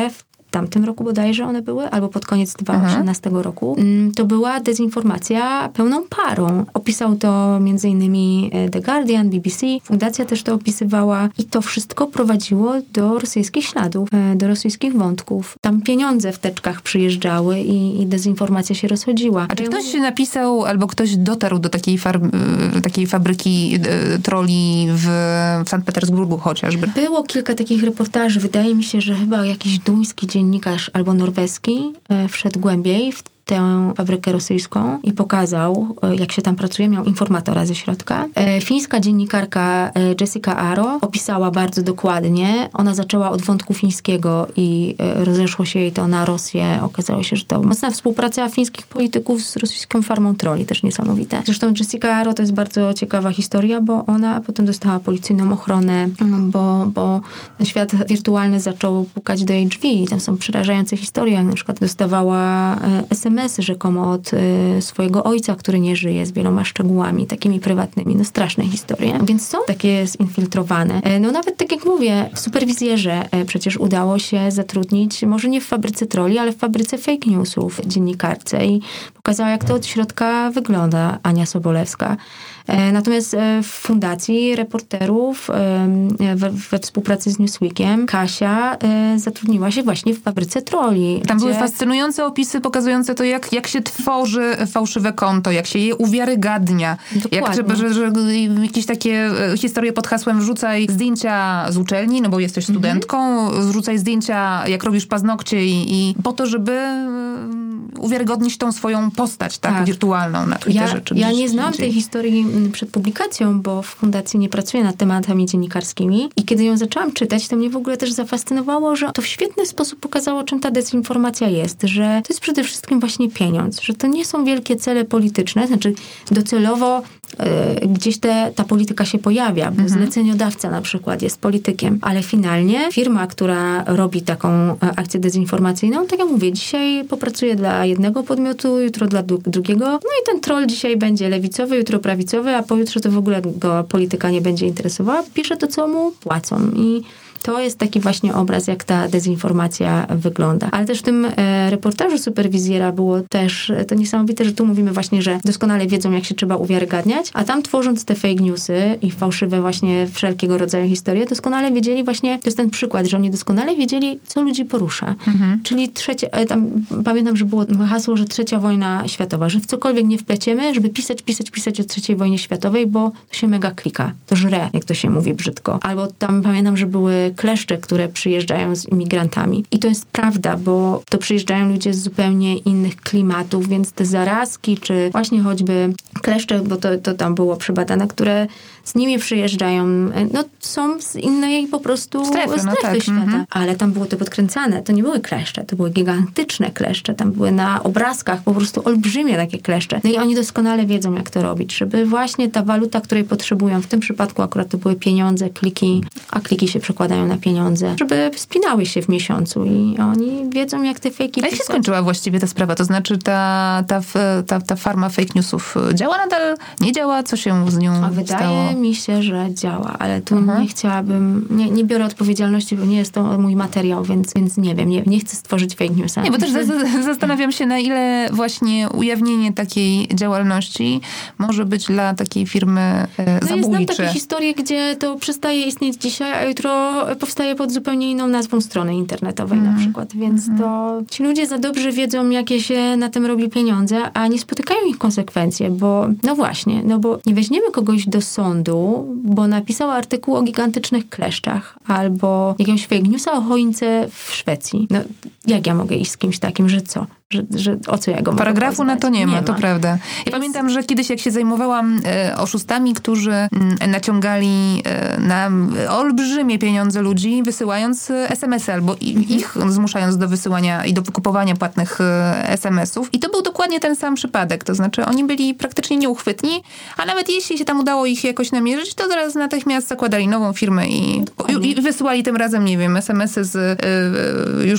tamtym roku bodajże one były, albo pod koniec dwa tysiące osiemnastego roku, to była dezinformacja pełną parą. Opisał to między innymi The Guardian, B B C, fundacja też to opisywała i to wszystko prowadziło do rosyjskich śladów, do rosyjskich wątków. Tam pieniądze w teczkach przyjeżdżały i, i dezinformacja się rozchodziła. A czy ktoś napisał, albo ktoś dotarł do takiej, far- takiej fabryki e, troli w, w Sankt Petersburgu chociażby? Było kilka takich reportaży. Wydaje mi się, że chyba jakiś duński dziennikarz albo norweski e, wszedł głębiej w tę fabrykę rosyjską i pokazał, jak się tam pracuje, miał informatora ze środka. Fińska dziennikarka Jessica Aro opisała bardzo dokładnie. Ona zaczęła od wątku fińskiego i rozeszło się jej to na Rosję. Okazało się, że to mocna współpraca fińskich polityków z rosyjską farmą troli, też niesamowite. Zresztą Jessica Aro to jest bardzo ciekawa historia, bo ona potem dostała policyjną ochronę, bo, bo świat wirtualny zaczął pukać do jej drzwi. Tam są przerażające historie, jak na przykład dostawała es em esy rzekomo od y, swojego ojca, który nie żyje, z wieloma szczegółami, takimi prywatnymi. No straszne historie. Więc są takie zinfiltrowane. E, no nawet tak jak mówię, w Superwizjerze e, przecież udało się zatrudnić, może nie w fabryce troli, ale w fabryce fake newsów dziennikarce i pokazała, jak to od środka wygląda, Ania Sobolewska. E, natomiast e, w fundacji reporterów e, we, we współpracy z Newsweekiem Kasia e, zatrudniła się właśnie w fabryce troli. Tam gdzie... były fascynujące opisy pokazujące to, jak, jak się tworzy fałszywe konto, jak się je uwiarygadnia. Jak trzeba, że, że jakieś takie historie pod hasłem wrzucaj zdjęcia z uczelni, no bo jesteś studentką, mhm. wrzucaj zdjęcia, jak robisz paznokcie i, i po to, żeby uwiarygodnić tą swoją postać, tak, tak. wirtualną na Twitterze. Ja, ja nie znam tej historii przed publikacją, bo w fundacji nie pracuję nad tematami dziennikarskimi i kiedy ją zaczęłam czytać, to mnie w ogóle też zafascynowało, że to w świetny sposób pokazało, czym ta dezinformacja jest, że to jest przede wszystkim właśnie pieniądz, że to nie są wielkie cele polityczne, znaczy docelowo y, gdzieś te, ta polityka się pojawia, bo mhm. zleceniodawca na przykład jest politykiem, ale finalnie firma, która robi taką akcję dezinformacyjną, tak jak mówię, dzisiaj popracuje dla jednego podmiotu, jutro dla drugiego, no i ten troll dzisiaj będzie lewicowy, jutro prawicowy, a pojutrze to w ogóle go polityka nie będzie interesowała, pisze to, co mu płacą i to jest taki właśnie obraz, jak ta dezinformacja wygląda. Ale też w tym e, reportażu Superwizjera było też to niesamowite, że tu mówimy właśnie, że doskonale wiedzą, jak się trzeba uwiarygadniać, a tam tworząc te fake newsy i fałszywe właśnie wszelkiego rodzaju historie, doskonale wiedzieli właśnie, to jest ten przykład, że oni doskonale wiedzieli, co ludzi porusza. Mhm. Czyli trzecie, tam pamiętam, że było hasło, że trzecia wojna światowa, że w cokolwiek nie wpleciemy, żeby pisać, pisać, pisać o trzeciej wojnie światowej, bo to się mega klika. To żre, jak to się mówi brzydko. Albo tam pamiętam, że były kleszcze, które przyjeżdżają z imigrantami. I to jest prawda, bo to przyjeżdżają ludzie z zupełnie innych klimatów, więc te zarazki, czy właśnie choćby kleszcze, bo to, to tam było przebadane, które z nimi przyjeżdżają, no są z innej po prostu strefy, strefy no tak. świata. Mhm. Ale tam było to podkręcane. To nie były kleszcze, to były gigantyczne kleszcze. Tam były na obrazkach po prostu olbrzymie takie kleszcze. No i oni doskonale wiedzą, jak to robić, żeby właśnie ta waluta, której potrzebują, w tym przypadku akurat to były pieniądze, kliki, a kliki się przekładają na pieniądze, żeby spinały się w miesiącu i oni wiedzą, jak te fejki... A jak się skończyła właściwie ta sprawa? To znaczy ta, ta, ta, ta farma fake newsów działa nadal? Nie działa? Co się z nią a wydaje stało? mi się, że działa, ale tu uh-huh. nie chciałabym, nie, nie biorę odpowiedzialności, bo nie jest to mój materiał, więc, więc nie wiem, nie, nie chcę stworzyć fake newsa. Nie, bo też za, zastanawiam się, na ile właśnie ujawnienie takiej działalności może być dla takiej firmy e, zabójcze. No jest tam takie historie, gdzie to przestaje istnieć dzisiaj, a jutro powstaje pod zupełnie inną nazwą strony internetowej mm. na przykład, więc mm. to ci ludzie za dobrze wiedzą, jakie się na tym robi pieniądze, a nie spotykają ich konsekwencje, bo no właśnie, no bo nie weźmiemy kogoś do sądu, bo napisał artykuł o gigantycznych kleszczach albo jakiegoś fake newsa o choince w Szwecji. No jak ja mogę iść z kimś takim, że co? Że, że o co ja go mogę Paragrafu poznać? na to nie, nie ma, ma, to prawda. Ja Więc... pamiętam, że kiedyś jak się zajmowałam e, oszustami, którzy m, naciągali e, na olbrzymie pieniądze ludzi, wysyłając es em esy albo i, mhm. ich zmuszając do wysyłania i do wykupowania płatnych e, es em esów. I to był dokładnie ten sam przypadek. To znaczy oni byli praktycznie nieuchwytni, a nawet jeśli się tam udało ich jakoś namierzyć, to zaraz natychmiast zakładali nową firmę i, i, i wysyłali tym razem, nie wiem, es em esy z e, już nie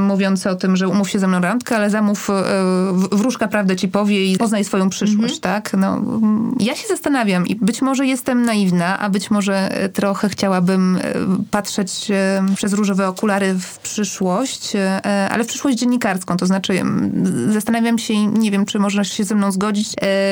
mówiące o tym, że umów się ze mną randkę, ale zamów, y, wróżka prawdę ci powie i poznaj swoją przyszłość, mhm. tak? No, ja się zastanawiam i być może jestem naiwna, a być może trochę chciałabym patrzeć przez różowe okulary w przyszłość, ale w przyszłość dziennikarską. To znaczy zastanawiam się i nie wiem, czy możesz się ze mną zgodzić,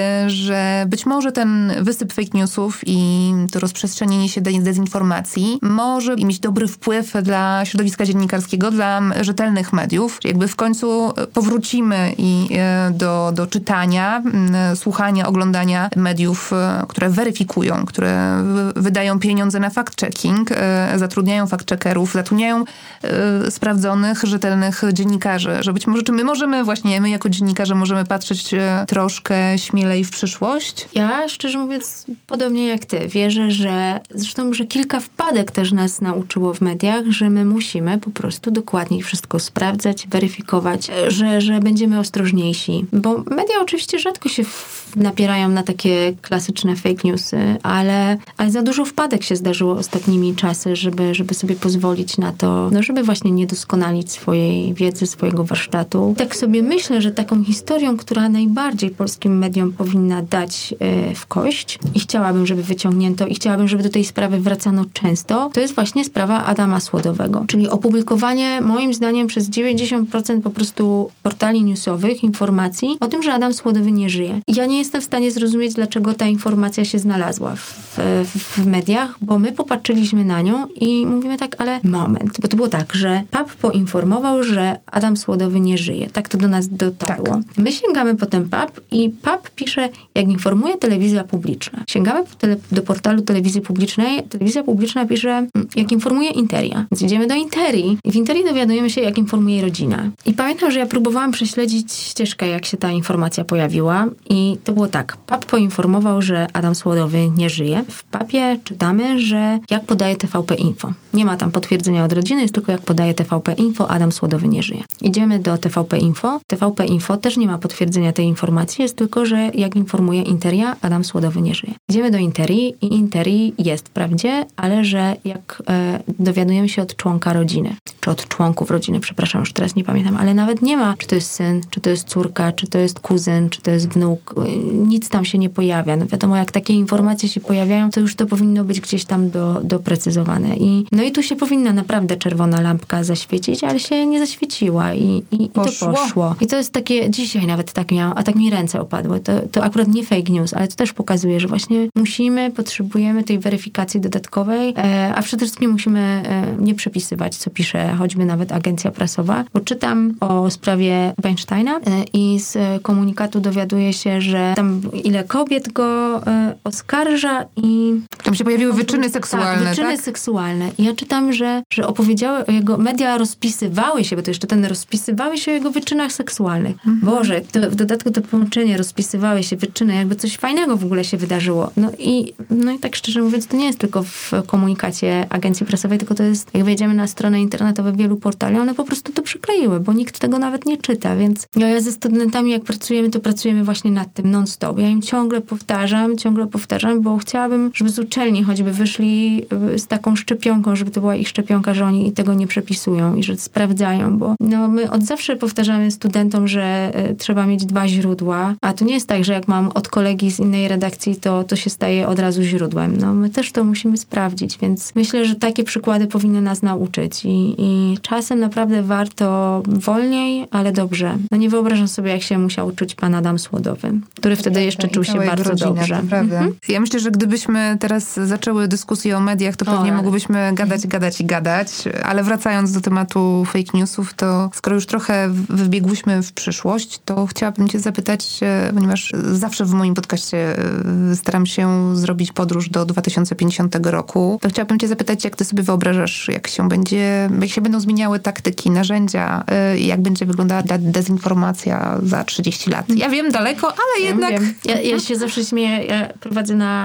że być może ten wysyp fake newsów i to rozprzestrzenienie się dezinformacji może mieć dobry wpływ dla środowiska dziennikarskiego, dla rzetelnych mediów. Jakby w końcu powrócimy i do, do czytania, słuchania, oglądania mediów, które weryfikują, które wydają pieniądze na fact-checking, zatrudniają fact-checkerów, zatrudniają sprawdzonych, rzetelnych dziennikarzy, że być może, czy my możemy właśnie, my jako dziennikarze możemy patrzeć troszkę śmielej w przyszłość? Ja, szczerze mówiąc, podobnie jak ty, wierzę, że zresztą, że kilka wpadek też nas nauczyło w mediach, że my musimy po prostu dokładniej wszystko sprawdzać, weryfikować, że, że będziemy ostrożniejsi. Bo media oczywiście rzadko się napierają na takie klasyczne fake newsy, ale, ale za dużo wpadek się zdarzyło ostatnimi czasy, żeby, żeby sobie pozwolić na to, no żeby właśnie nie doskonalić swojej wiedzy, swojego warsztatu. Tak sobie myślę, że taką historią, która najbardziej polskim mediom powinna dać yy, w kość i chciałabym, żeby wyciągnięto i chciałabym, żeby do tej sprawy wracano często, to jest właśnie sprawa Adama Słodowego. Czyli opublikowanie, moim zdaniem, przez dziewięćdziesiąt procent po prostu portali newsowych informacji o tym, że Adam Słodowy nie żyje. Ja nie jestem w stanie zrozumieć, dlaczego ta informacja się znalazła w, w, w mediach, bo my popatrzyliśmy na nią i mówimy tak, ale moment, bo to było tak, że P A P poinformował, że Adam Słodowy nie żyje. Tak to do nas dotarło. Tak. My sięgamy potem P A P i P A P pisze, jak informuje telewizja publiczna. Sięgamy tele, do portalu telewizji publicznej, telewizja publiczna pisze, jak informuje Interia. Więc idziemy do Interii i w Interii dowiadujemy się, jak informuje rodzina. I pamiętam, że ja próbowałam prześledzić ścieżkę, jak się ta informacja pojawiła i to było tak. P A P poinformował, że Adam Słodowy nie żyje. W P A P-ie czytamy, że jak podaje T V P Info. Nie ma tam potwierdzenia od rodziny, jest tylko jak podaje T V P Info, Adam Słodowy nie żyje. Idziemy do T V P Info. T V P Info też nie ma potwierdzenia tej informacji, jest tylko, że jak informuje Interia, Adam Słodowy nie żyje. Idziemy do Interii i Interii jest wprawdzie, ale że jak e, dowiadujemy się od członka rodziny, czy od członków rodziny, przepraszam, już teraz nie pamiętam, ale nawet nie ma, czy to jest syn, czy to jest córka, czy to jest kuzyn, czy to jest wnuk. Nic tam się nie pojawia. No wiadomo, jak takie informacje się pojawiają, to już to powinno być gdzieś tam do, doprecyzowane. I, no i tu się powinna naprawdę czerwona lampka zaświecić, ale się nie zaświeciła i, i, i to poszło. I to jest takie, dzisiaj nawet tak miałam, a tak mi ręce opadły. To, to akurat nie fake news, ale to też pokazuje, że właśnie musimy, potrzebujemy tej weryfikacji dodatkowej, e, a przede wszystkim musimy e, nie przepisywać, co pisze choćby nawet agencja prasowa, bo czytam o sprawie Weinsteina e, i z komunikatu dowiaduje się, że tam ile kobiet go e, oskarża i... Tam się pojawiły wyczyny seksualne, tak? Wyczyny tak? seksualne. I ja czytam, że, że opowiedziały o jego... Media rozpisywały się, bo to jeszcze ten rozpisywały się o jego wyczynach seksualnych. Mhm. Boże, to, w dodatku to połączenie rozpisywały się wyczyny, jakby coś fajnego w ogóle się wydarzyło. No i, no i tak szczerze mówiąc, to nie jest tylko w komunikacie agencji prasowej, tylko to jest, jak wejdziemy na stronę internetową wielu portali, one po prostu to przykleiły, bo nikt tego nawet nie czyta, więc ja, ja ze studentami jak pracujemy, to pracujemy właśnie nad tym non-stop. Ja im ciągle powtarzam, ciągle powtarzam, bo chciałabym, żeby z uczelni choćby wyszli z taką szczepionką, żeby to była ich szczepionka, że oni tego nie przepisują i że sprawdzają, bo no, my od zawsze powtarzamy studentom, że y, trzeba mieć dwa źródła, a to nie jest tak, że jak mam od kolegi z innej redakcji, to, to się staje od razu źródłem. No my też to musimy sprawdzić, więc myślę, że takie przykłady powinny nas nauczyć i, i czasem naprawdę warto wolniej, ale dobrze. No nie wyobrażam sobie, jak się musiał czuć pan Adam Słodowy, który wtedy prawda, jeszcze czuł się bardzo rodzina, dobrze. To prawda. Mhm. Ja myślę, że gdybyśmy teraz zaczęły dyskusję o mediach, to pewnie o, mogłybyśmy gadać, gadać i gadać, ale wracając do tematu fake newsów, to skoro już trochę wybiegłyśmy w przyszłość, to chciałabym cię zapytać, ponieważ zawsze w moim podcaście staram się zrobić podróż do dwa tysiące pięćdziesiątego roku, to chciałabym cię zapytać, jak ty sobie wyobrażasz, jak się będzie, jak się będą zmieniały taktyki, narzędzia, jak będzie wyglądała dezinformacja za trzydzieści lat. Ja wiem, daleko, ale ja jednak... Ja, ja się zawsze śmieję, ja prowadzę na zajęciach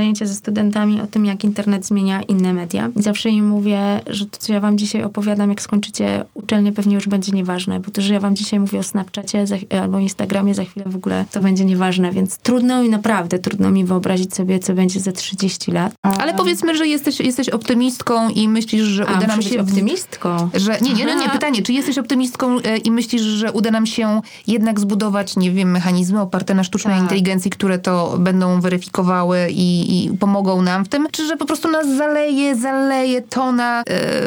zajęcia ze studentami o tym, jak internet zmienia inne media. I zawsze im mówię, że to, co ja wam dzisiaj opowiadam, jak skończycie uczelnię, pewnie już będzie nieważne, bo to, że ja wam dzisiaj mówię o Snapchacie za, albo Instagramie, za chwilę w ogóle to będzie nieważne, więc trudno mi, naprawdę trudno mi wyobrazić sobie, co będzie za trzydzieści lat. Ale powiedzmy, że jesteś, jesteś optymistką i myślisz, że A, uda nam muszę się... być optymistką? Że, nie, nie, nie, nie, pytanie, czy jesteś optymistką e, i myślisz, że uda nam się jednak zbudować, nie wiem, mechanizmy oparte na sztucznej Tak. inteligencji, które to będą weryfikowały i, i pomogą nam w tym? Czy że po prostu nas zaleje, zaleje tona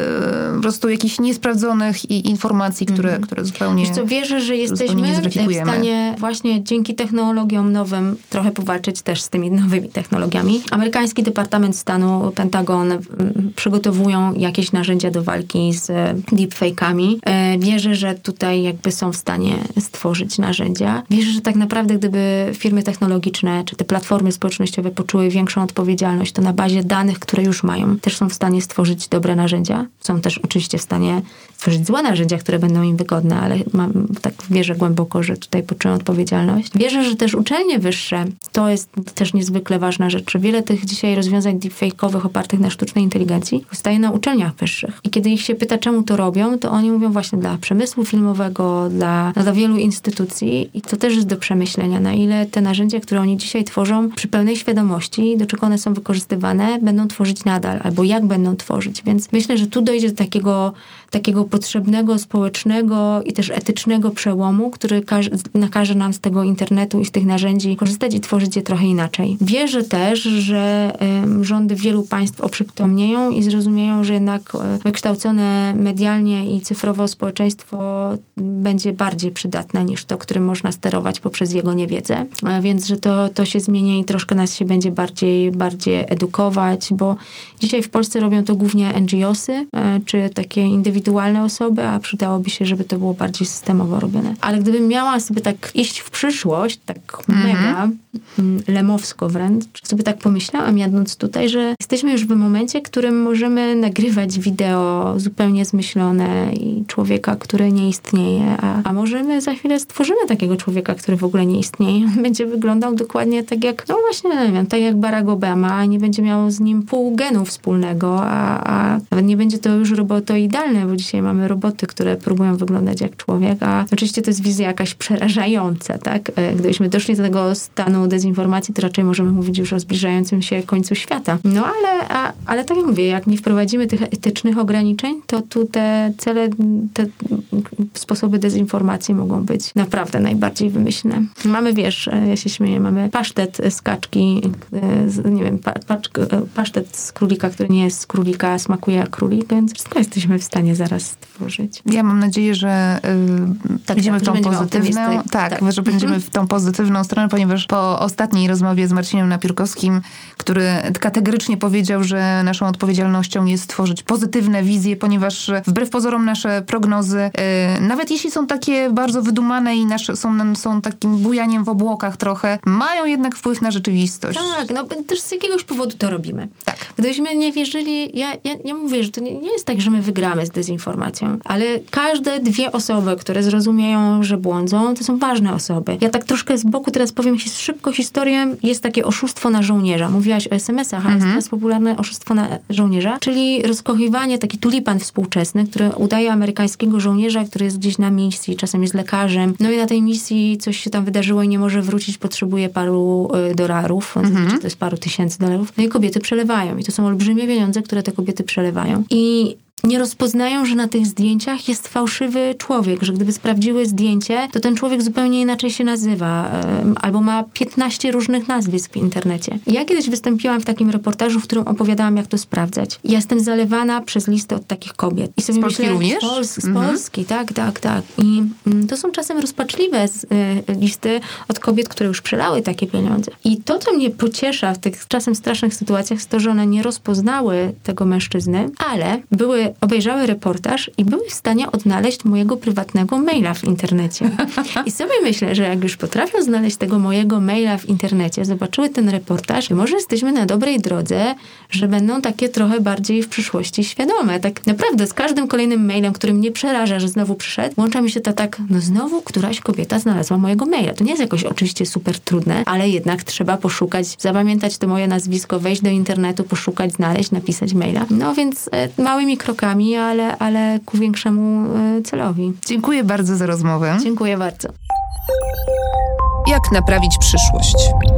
e, po prostu jakichś niesprawdzonych i, informacji, które, mm. które zupełnie... Wiesz co, wierzę, że jesteśmy w stanie właśnie dzięki technologiom nowym trochę powalczyć też z tymi nowymi technologiami. Amerykański Departament Stanu, Pentagon m, przygotowują jakieś narzędzia do walki z deepfake'ami. E, wierzę, że tutaj jakby są w stanie stworzyć narzędzia. Wierzę, że tak naprawdę gdyby firmy technologiczne czy te platformy społecznościowe poczuły większą odpowiedzialność, to na bazie danych, które już mają, też są w stanie stworzyć dobre narzędzia. Są też oczywiście w stanie stworzyć złe narzędzia, które będą im wygodne, ale mam, tak wierzę głęboko, że tutaj poczują odpowiedzialność. Wierzę, że też uczelnie wyższe, to jest też niezwykle ważna rzecz, że wiele tych dzisiaj rozwiązań deepfake'owych opartych na sztucznej inteligencji powstaje na uczelniach wyższych. I kiedy ich się pyta, czemu to robią, to oni mówią właśnie dla przemysłu filmowego, dla, dla wielu instytucji i to też jest do przemyślenia, na ile te narzędzia, które oni dzisiaj tworzą przy pełnej świadomości, do czego one są wykorzystywane, będą tworzyć nadal, albo jak będą tworzyć. Więc myślę, że tu dojdzie do takiego, takiego potrzebnego, społecznego i też etycznego przełomu, który każe, nakaże nam z tego internetu i z tych narzędzi korzystać i tworzyć je trochę inaczej. Wierzę też, że y, rządy wielu państw oprzytomnieją i zrozumieją, że jednak y, wykształcone medialnie i cyfrowo społeczeństwo będzie bardziej przydatne niż to, którym można sterować poprzez jego niewiedzę. A więc, że to, to się zmieni i troszkę nas się będzie bardziej, bardziej edukować, bo dzisiaj w Polsce robią to głównie en dżi osy, y, czy takie indywidualne osoby, a przydałoby się, żeby to było bardziej systemowo robione. Ale gdybym miała sobie tak iść w przyszłość, tak mm-hmm. mega, lemowsko wręcz, sobie tak pomyślałam, jadąc tutaj, że jesteśmy już w momencie, w którym możemy nagrywać wideo zupełnie zmyślone i człowieka, który nie istnieje, a, a możemy za chwilę stworzymy takiego człowieka, który w ogóle nie istnieje. On będzie wyglądał dokładnie tak jak, no właśnie, nie wiem, tak jak Barack Obama, a nie będzie miał z nim pół genu wspólnego, a, a nawet nie będzie to już robotoidalne, bo dzisiaj mamy roboty, które próbują wyglądać jak człowiek, a oczywiście to jest wizja jakaś przerażająca, tak? Gdybyśmy doszli do tego stanu dezinformacji, to raczej możemy mówić już o zbliżającym się końcu świata. No ale, a, ale tak jak mówię, jak nie wprowadzimy tych etycznych ograniczeń, to tu te cele, te sposoby dezinformacji mogą być naprawdę najbardziej wymyślne. Mamy, wiesz, ja się śmieję, mamy pasztet z kaczki, nie wiem, paczk, pasztet z królika, który nie jest z królika, smakuje jak królik, więc wszystko jesteśmy w stanie zaraz stworzyć. Ja mam nadzieję, że yy, tak, idziemy tak, w tą pozytywną, tak, tak, że będziemy w tą pozytywną stronę, ponieważ po ostatniej rozmowie z Marcinem Napiórkowskim, który kategorycznie powiedział, że naszą odpowiedzialnością jest tworzyć pozytywne wizje, ponieważ wbrew pozorom nasze prognozy, yy, nawet jeśli są takie bardzo wydumane i nasze, są, są takim bujaniem w obłokach trochę, mają jednak wpływ na rzeczywistość. Tak, no też z jakiegoś powodu to robimy. Tak. Gdybyśmy nie wierzyli, ja, ja, ja mówię, że to nie, nie jest tak, że my wygramy z dezinformacją, ale każde dwie osoby, które zrozumieją, że błądzą, to są ważne osoby. Ja tak troszkę z boku teraz powiem szybko historię. Jest takie oszustwo na żołnierza. Mówiłaś o es em esach, a mhm. jest teraz popularne oszustwo na żołnierza, czyli rozkochiwanie, taki tulipan współczesny, który udaje amerykańskiego żołnierza, który jest gdzieś na misji, czasem jest lekarzem. No i na tej misji coś się tam wydarzyło i nie może wrócić, potrzebuje paru y, dolarów, mhm. to jest paru tysięcy dolarów. No i kobiety przelewają. I to są olbrzymie pieniądze, które te kobiety przelewają. I nie rozpoznają, że na tych zdjęciach jest fałszywy człowiek, że gdyby sprawdziły zdjęcie, to ten człowiek zupełnie inaczej się nazywa, albo ma piętnaście różnych nazwisk w internecie. Ja kiedyś wystąpiłam w takim reportażu, w którym opowiadałam, jak to sprawdzać. I ja jestem zalewana przez listy od takich kobiet. I sobie z Polski myślę, również? Z, Pols- z mhm. Polski, tak, tak, tak. I mm, to są czasem rozpaczliwe z, y, listy od kobiet, które już przelały takie pieniądze. I to, co mnie pociesza w tych czasem strasznych sytuacjach, jest to, że one nie rozpoznały tego mężczyzny, ale były które obejrzały reportaż i były w stanie odnaleźć mojego prywatnego maila w internecie. I sobie myślę, że jak już potrafią znaleźć tego mojego maila w internecie, zobaczyły ten reportaż, to może jesteśmy na dobrej drodze, że będą takie trochę bardziej w przyszłości świadome. Tak naprawdę z każdym kolejnym mailem, który mnie przeraża, że znowu przyszedł, włącza mi się to tak, no znowu któraś kobieta znalazła mojego maila. To nie jest jakoś oczywiście super trudne, ale jednak trzeba poszukać, zapamiętać to moje nazwisko, wejść do internetu, poszukać, znaleźć, napisać maila. No więc e, małymi krokami, ale, ale ku większemu e, celowi. Dziękuję bardzo za rozmowę. Dziękuję bardzo. Jak naprawić przyszłość?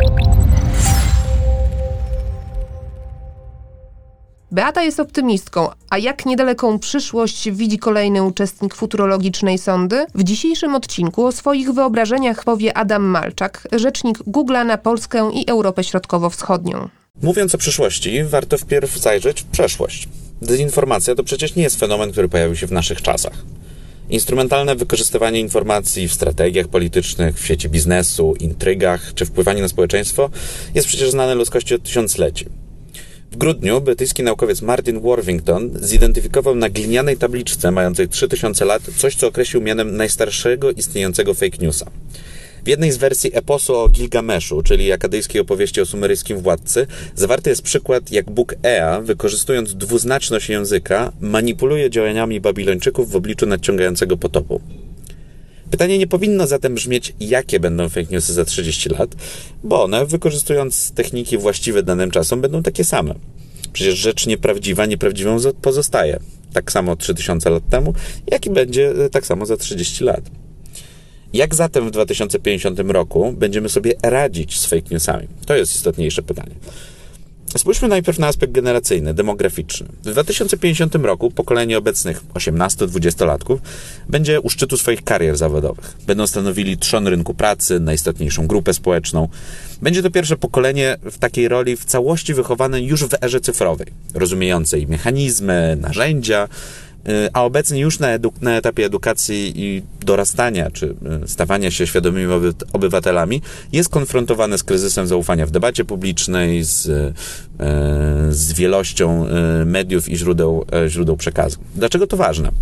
Beata jest optymistką, a jak niedaleką przyszłość widzi kolejny uczestnik futurologicznej sondy? W dzisiejszym odcinku o swoich wyobrażeniach powie Adam Malczak, rzecznik Google'a na Polskę i Europę Środkowo-Wschodnią. Mówiąc o przyszłości, warto wpierw zajrzeć w przeszłość. Dezinformacja to przecież nie jest fenomen, który pojawił się w naszych czasach. Instrumentalne wykorzystywanie informacji w strategiach politycznych, w sieci biznesu, intrygach czy wpływanie na społeczeństwo jest przecież znane ludzkości od tysiącleci. W grudniu brytyjski naukowiec Martin Worthington zidentyfikował na glinianej tabliczce mającej trzy tysiące lat coś, co określił mianem najstarszego istniejącego fake newsa. W jednej z wersji eposu o Gilgameszu, czyli akadyjskiej opowieści o sumeryjskim władcy, zawarty jest przykład, jak Bóg Ea, wykorzystując dwuznaczność języka, manipuluje działaniami Babilończyków w obliczu nadciągającego potopu. Pytanie nie powinno zatem brzmieć, jakie będą fake newsy za trzydzieści lat, bo one, wykorzystując techniki właściwe danym czasom, będą takie same. Przecież rzecz nieprawdziwa nieprawdziwą pozostaje. Tak samo trzy tysiące lat temu, jak i będzie tak samo za trzydzieści lat. Jak zatem w dwa tysiące pięćdziesiątym roku będziemy sobie radzić z fake newsami? To jest istotniejsze pytanie. Spójrzmy najpierw na aspekt generacyjny, demograficzny. W dwa tysiące pięćdziesiątym roku pokolenie obecnych osiemnasto-dwudziestolatków będzie u szczytu swoich karier zawodowych. Będą stanowili trzon rynku pracy, najistotniejszą grupę społeczną. Będzie to pierwsze pokolenie w takiej roli w całości wychowane już w erze cyfrowej, rozumiejącej mechanizmy, narzędzia, a obecnie już na, edu- na etapie edukacji i dorastania, czy stawania się świadomymi oby- obywatelami, jest konfrontowane z kryzysem zaufania w debacie publicznej, z, e, z wielością e, mediów i źródeł, e, źródeł przekazu. Dlaczego to ważne?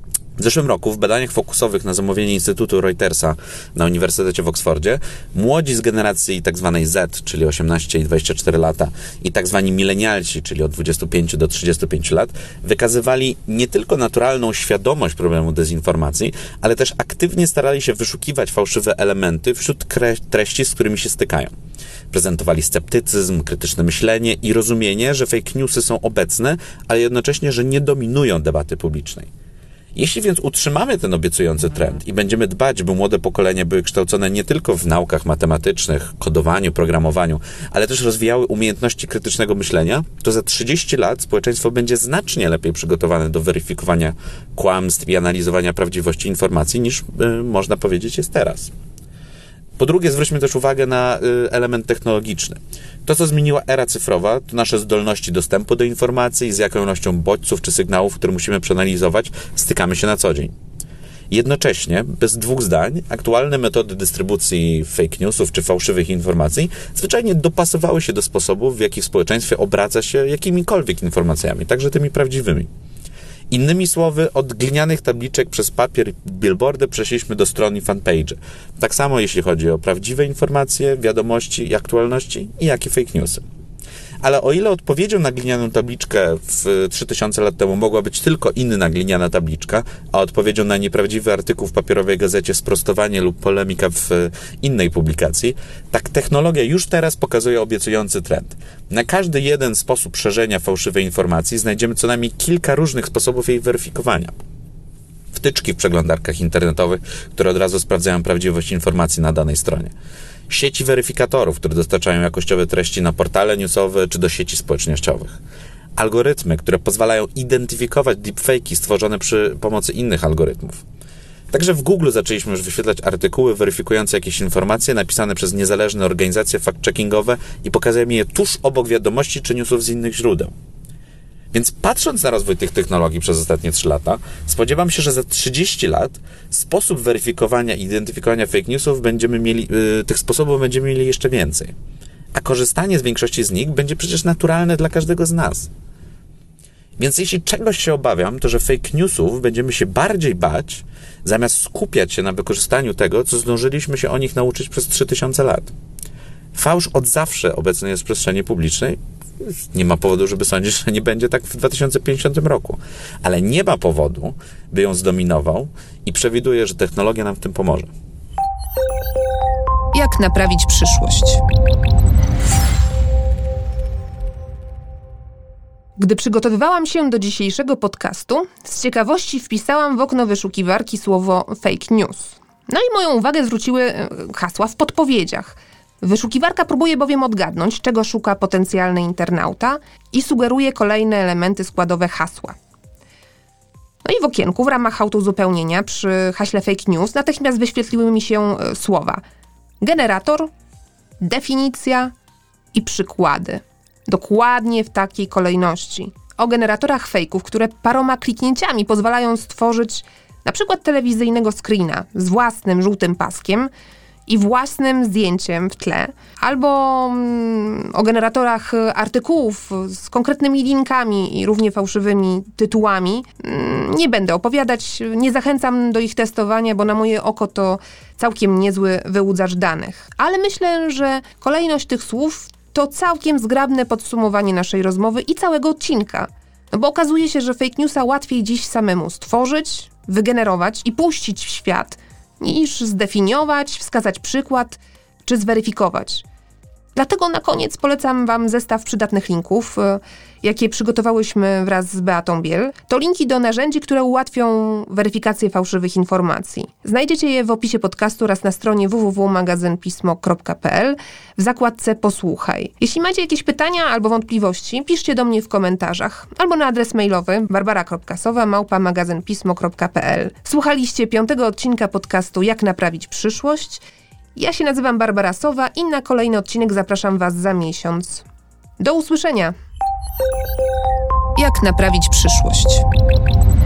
W zeszłym roku w badaniach fokusowych na zamówienie Instytutu Reutersa na Uniwersytecie w Oksfordzie młodzi z generacji tzw. Z, czyli osiemnaście i dwadzieścia cztery lata, i tzw. milenialsi, czyli od dwudziestu pięciu do trzydziestu pięciu lat, wykazywali nie tylko naturalną świadomość problemu dezinformacji, ale też aktywnie starali się wyszukiwać fałszywe elementy wśród treści, z którymi się stykają. Prezentowali sceptycyzm, krytyczne myślenie i rozumienie, że fake newsy są obecne, ale jednocześnie, że nie dominują debaty publicznej. Jeśli więc utrzymamy ten obiecujący trend i będziemy dbać, by młode pokolenia były kształcone nie tylko w naukach matematycznych, kodowaniu, programowaniu, ale też rozwijały umiejętności krytycznego myślenia, to za trzydzieści lat społeczeństwo będzie znacznie lepiej przygotowane do weryfikowania kłamstw i analizowania prawdziwości informacji, niż yy, można powiedzieć jest teraz. Po drugie, zwróćmy też uwagę na y, element technologiczny. To, co zmieniła era cyfrowa, to nasze zdolności dostępu do informacji, z jaką ilością bodźców czy sygnałów, które musimy przeanalizować, stykamy się na co dzień. Jednocześnie, bez dwóch zdań, aktualne metody dystrybucji fake newsów czy fałszywych informacji zwyczajnie dopasowały się do sposobów, w jaki w społeczeństwie obraca się jakimikolwiek informacjami, także tymi prawdziwymi. Innymi słowy, od glinianych tabliczek przez papier i billboardy przeszliśmy do stron i fanpage. Tak samo jeśli chodzi o prawdziwe informacje, wiadomości i aktualności, i jak i fake newsy. Ale o ile odpowiedzią na glinianą tabliczkę w trzy tysiące lat temu mogła być tylko inna gliniana tabliczka, a odpowiedzią na nieprawdziwy artykuł w papierowej gazecie sprostowanie lub polemika w innej publikacji, tak technologia już teraz pokazuje obiecujący trend. Na każdy jeden sposób szerzenia fałszywej informacji znajdziemy co najmniej kilka różnych sposobów jej weryfikowania. Wtyczki w przeglądarkach internetowych, które od razu sprawdzają prawdziwość informacji na danej stronie. Sieci weryfikatorów, które dostarczają jakościowe treści na portale newsowe czy do sieci społecznościowych. Algorytmy, które pozwalają identyfikować deepfake'i stworzone przy pomocy innych algorytmów. Także w Google zaczęliśmy już wyświetlać artykuły weryfikujące jakieś informacje napisane przez niezależne organizacje fact-checkingowe i pokazujemy je tuż obok wiadomości czy newsów z innych źródeł. Więc patrząc na rozwój tych technologii przez ostatnie trzy lata, spodziewam się, że za trzydzieści lat sposób weryfikowania i identyfikowania fake newsów będziemy mieli, yy, tych sposobów będziemy mieli jeszcze więcej. A korzystanie z większości z nich będzie przecież naturalne dla każdego z nas. Więc jeśli czegoś się obawiam, to że fake newsów będziemy się bardziej bać, zamiast skupiać się na wykorzystaniu tego, co zdążyliśmy się o nich nauczyć przez trzy tysiące lat. Fałsz od zawsze obecny jest w przestrzeni publicznej. Nie ma powodu, żeby sądzić, że nie będzie tak w dwa tysiące pięćdziesiątym roku. Ale nie ma powodu, by ją zdominował i przewiduję, że technologia nam w tym pomoże. Jak naprawić przyszłość? Gdy przygotowywałam się do dzisiejszego podcastu, z ciekawości wpisałam w okno wyszukiwarki słowo fake news. No i moją uwagę zwróciły hasła w podpowiedziach. Wyszukiwarka próbuje bowiem odgadnąć, czego szuka potencjalny internauta i sugeruje kolejne elementy składowe hasła. No i w okienku w ramach autouzupełnienia przy haśle fake news natychmiast wyświetliły mi się słowa generator, definicja i przykłady. Dokładnie w takiej kolejności. O generatorach fejków, które paroma kliknięciami pozwalają stworzyć na przykład telewizyjnego screena z własnym żółtym paskiem i własnym zdjęciem w tle, albo mm, o generatorach artykułów z konkretnymi linkami i równie fałszywymi tytułami. Mm, nie będę opowiadać, nie zachęcam do ich testowania, bo na moje oko to całkiem niezły wyłudzacz danych. Ale myślę, że kolejność tych słów to całkiem zgrabne podsumowanie naszej rozmowy i całego odcinka. No bo okazuje się, że fake newsa łatwiej dziś samemu stworzyć, wygenerować i puścić w świat, niż zdefiniować, wskazać przykład czy zweryfikować. Dlatego na koniec polecam Wam zestaw przydatnych linków, jakie przygotowałyśmy wraz z Beatą Biel. To linki do narzędzi, które ułatwią weryfikację fałszywych informacji. Znajdziecie je w opisie podcastu oraz na stronie w w w kropka magazyn pismo kropka p l w zakładce Posłuchaj. Jeśli macie jakieś pytania albo wątpliwości, piszcie do mnie w komentarzach albo na adres mailowy barbara kropka sowa małpa magazyn pismo kropka p l. Słuchaliście piątego odcinka podcastu Jak naprawić przyszłość. Ja się nazywam Barbara Sowa i na kolejny odcinek zapraszam Was za miesiąc. Do usłyszenia! Jak naprawić przyszłość?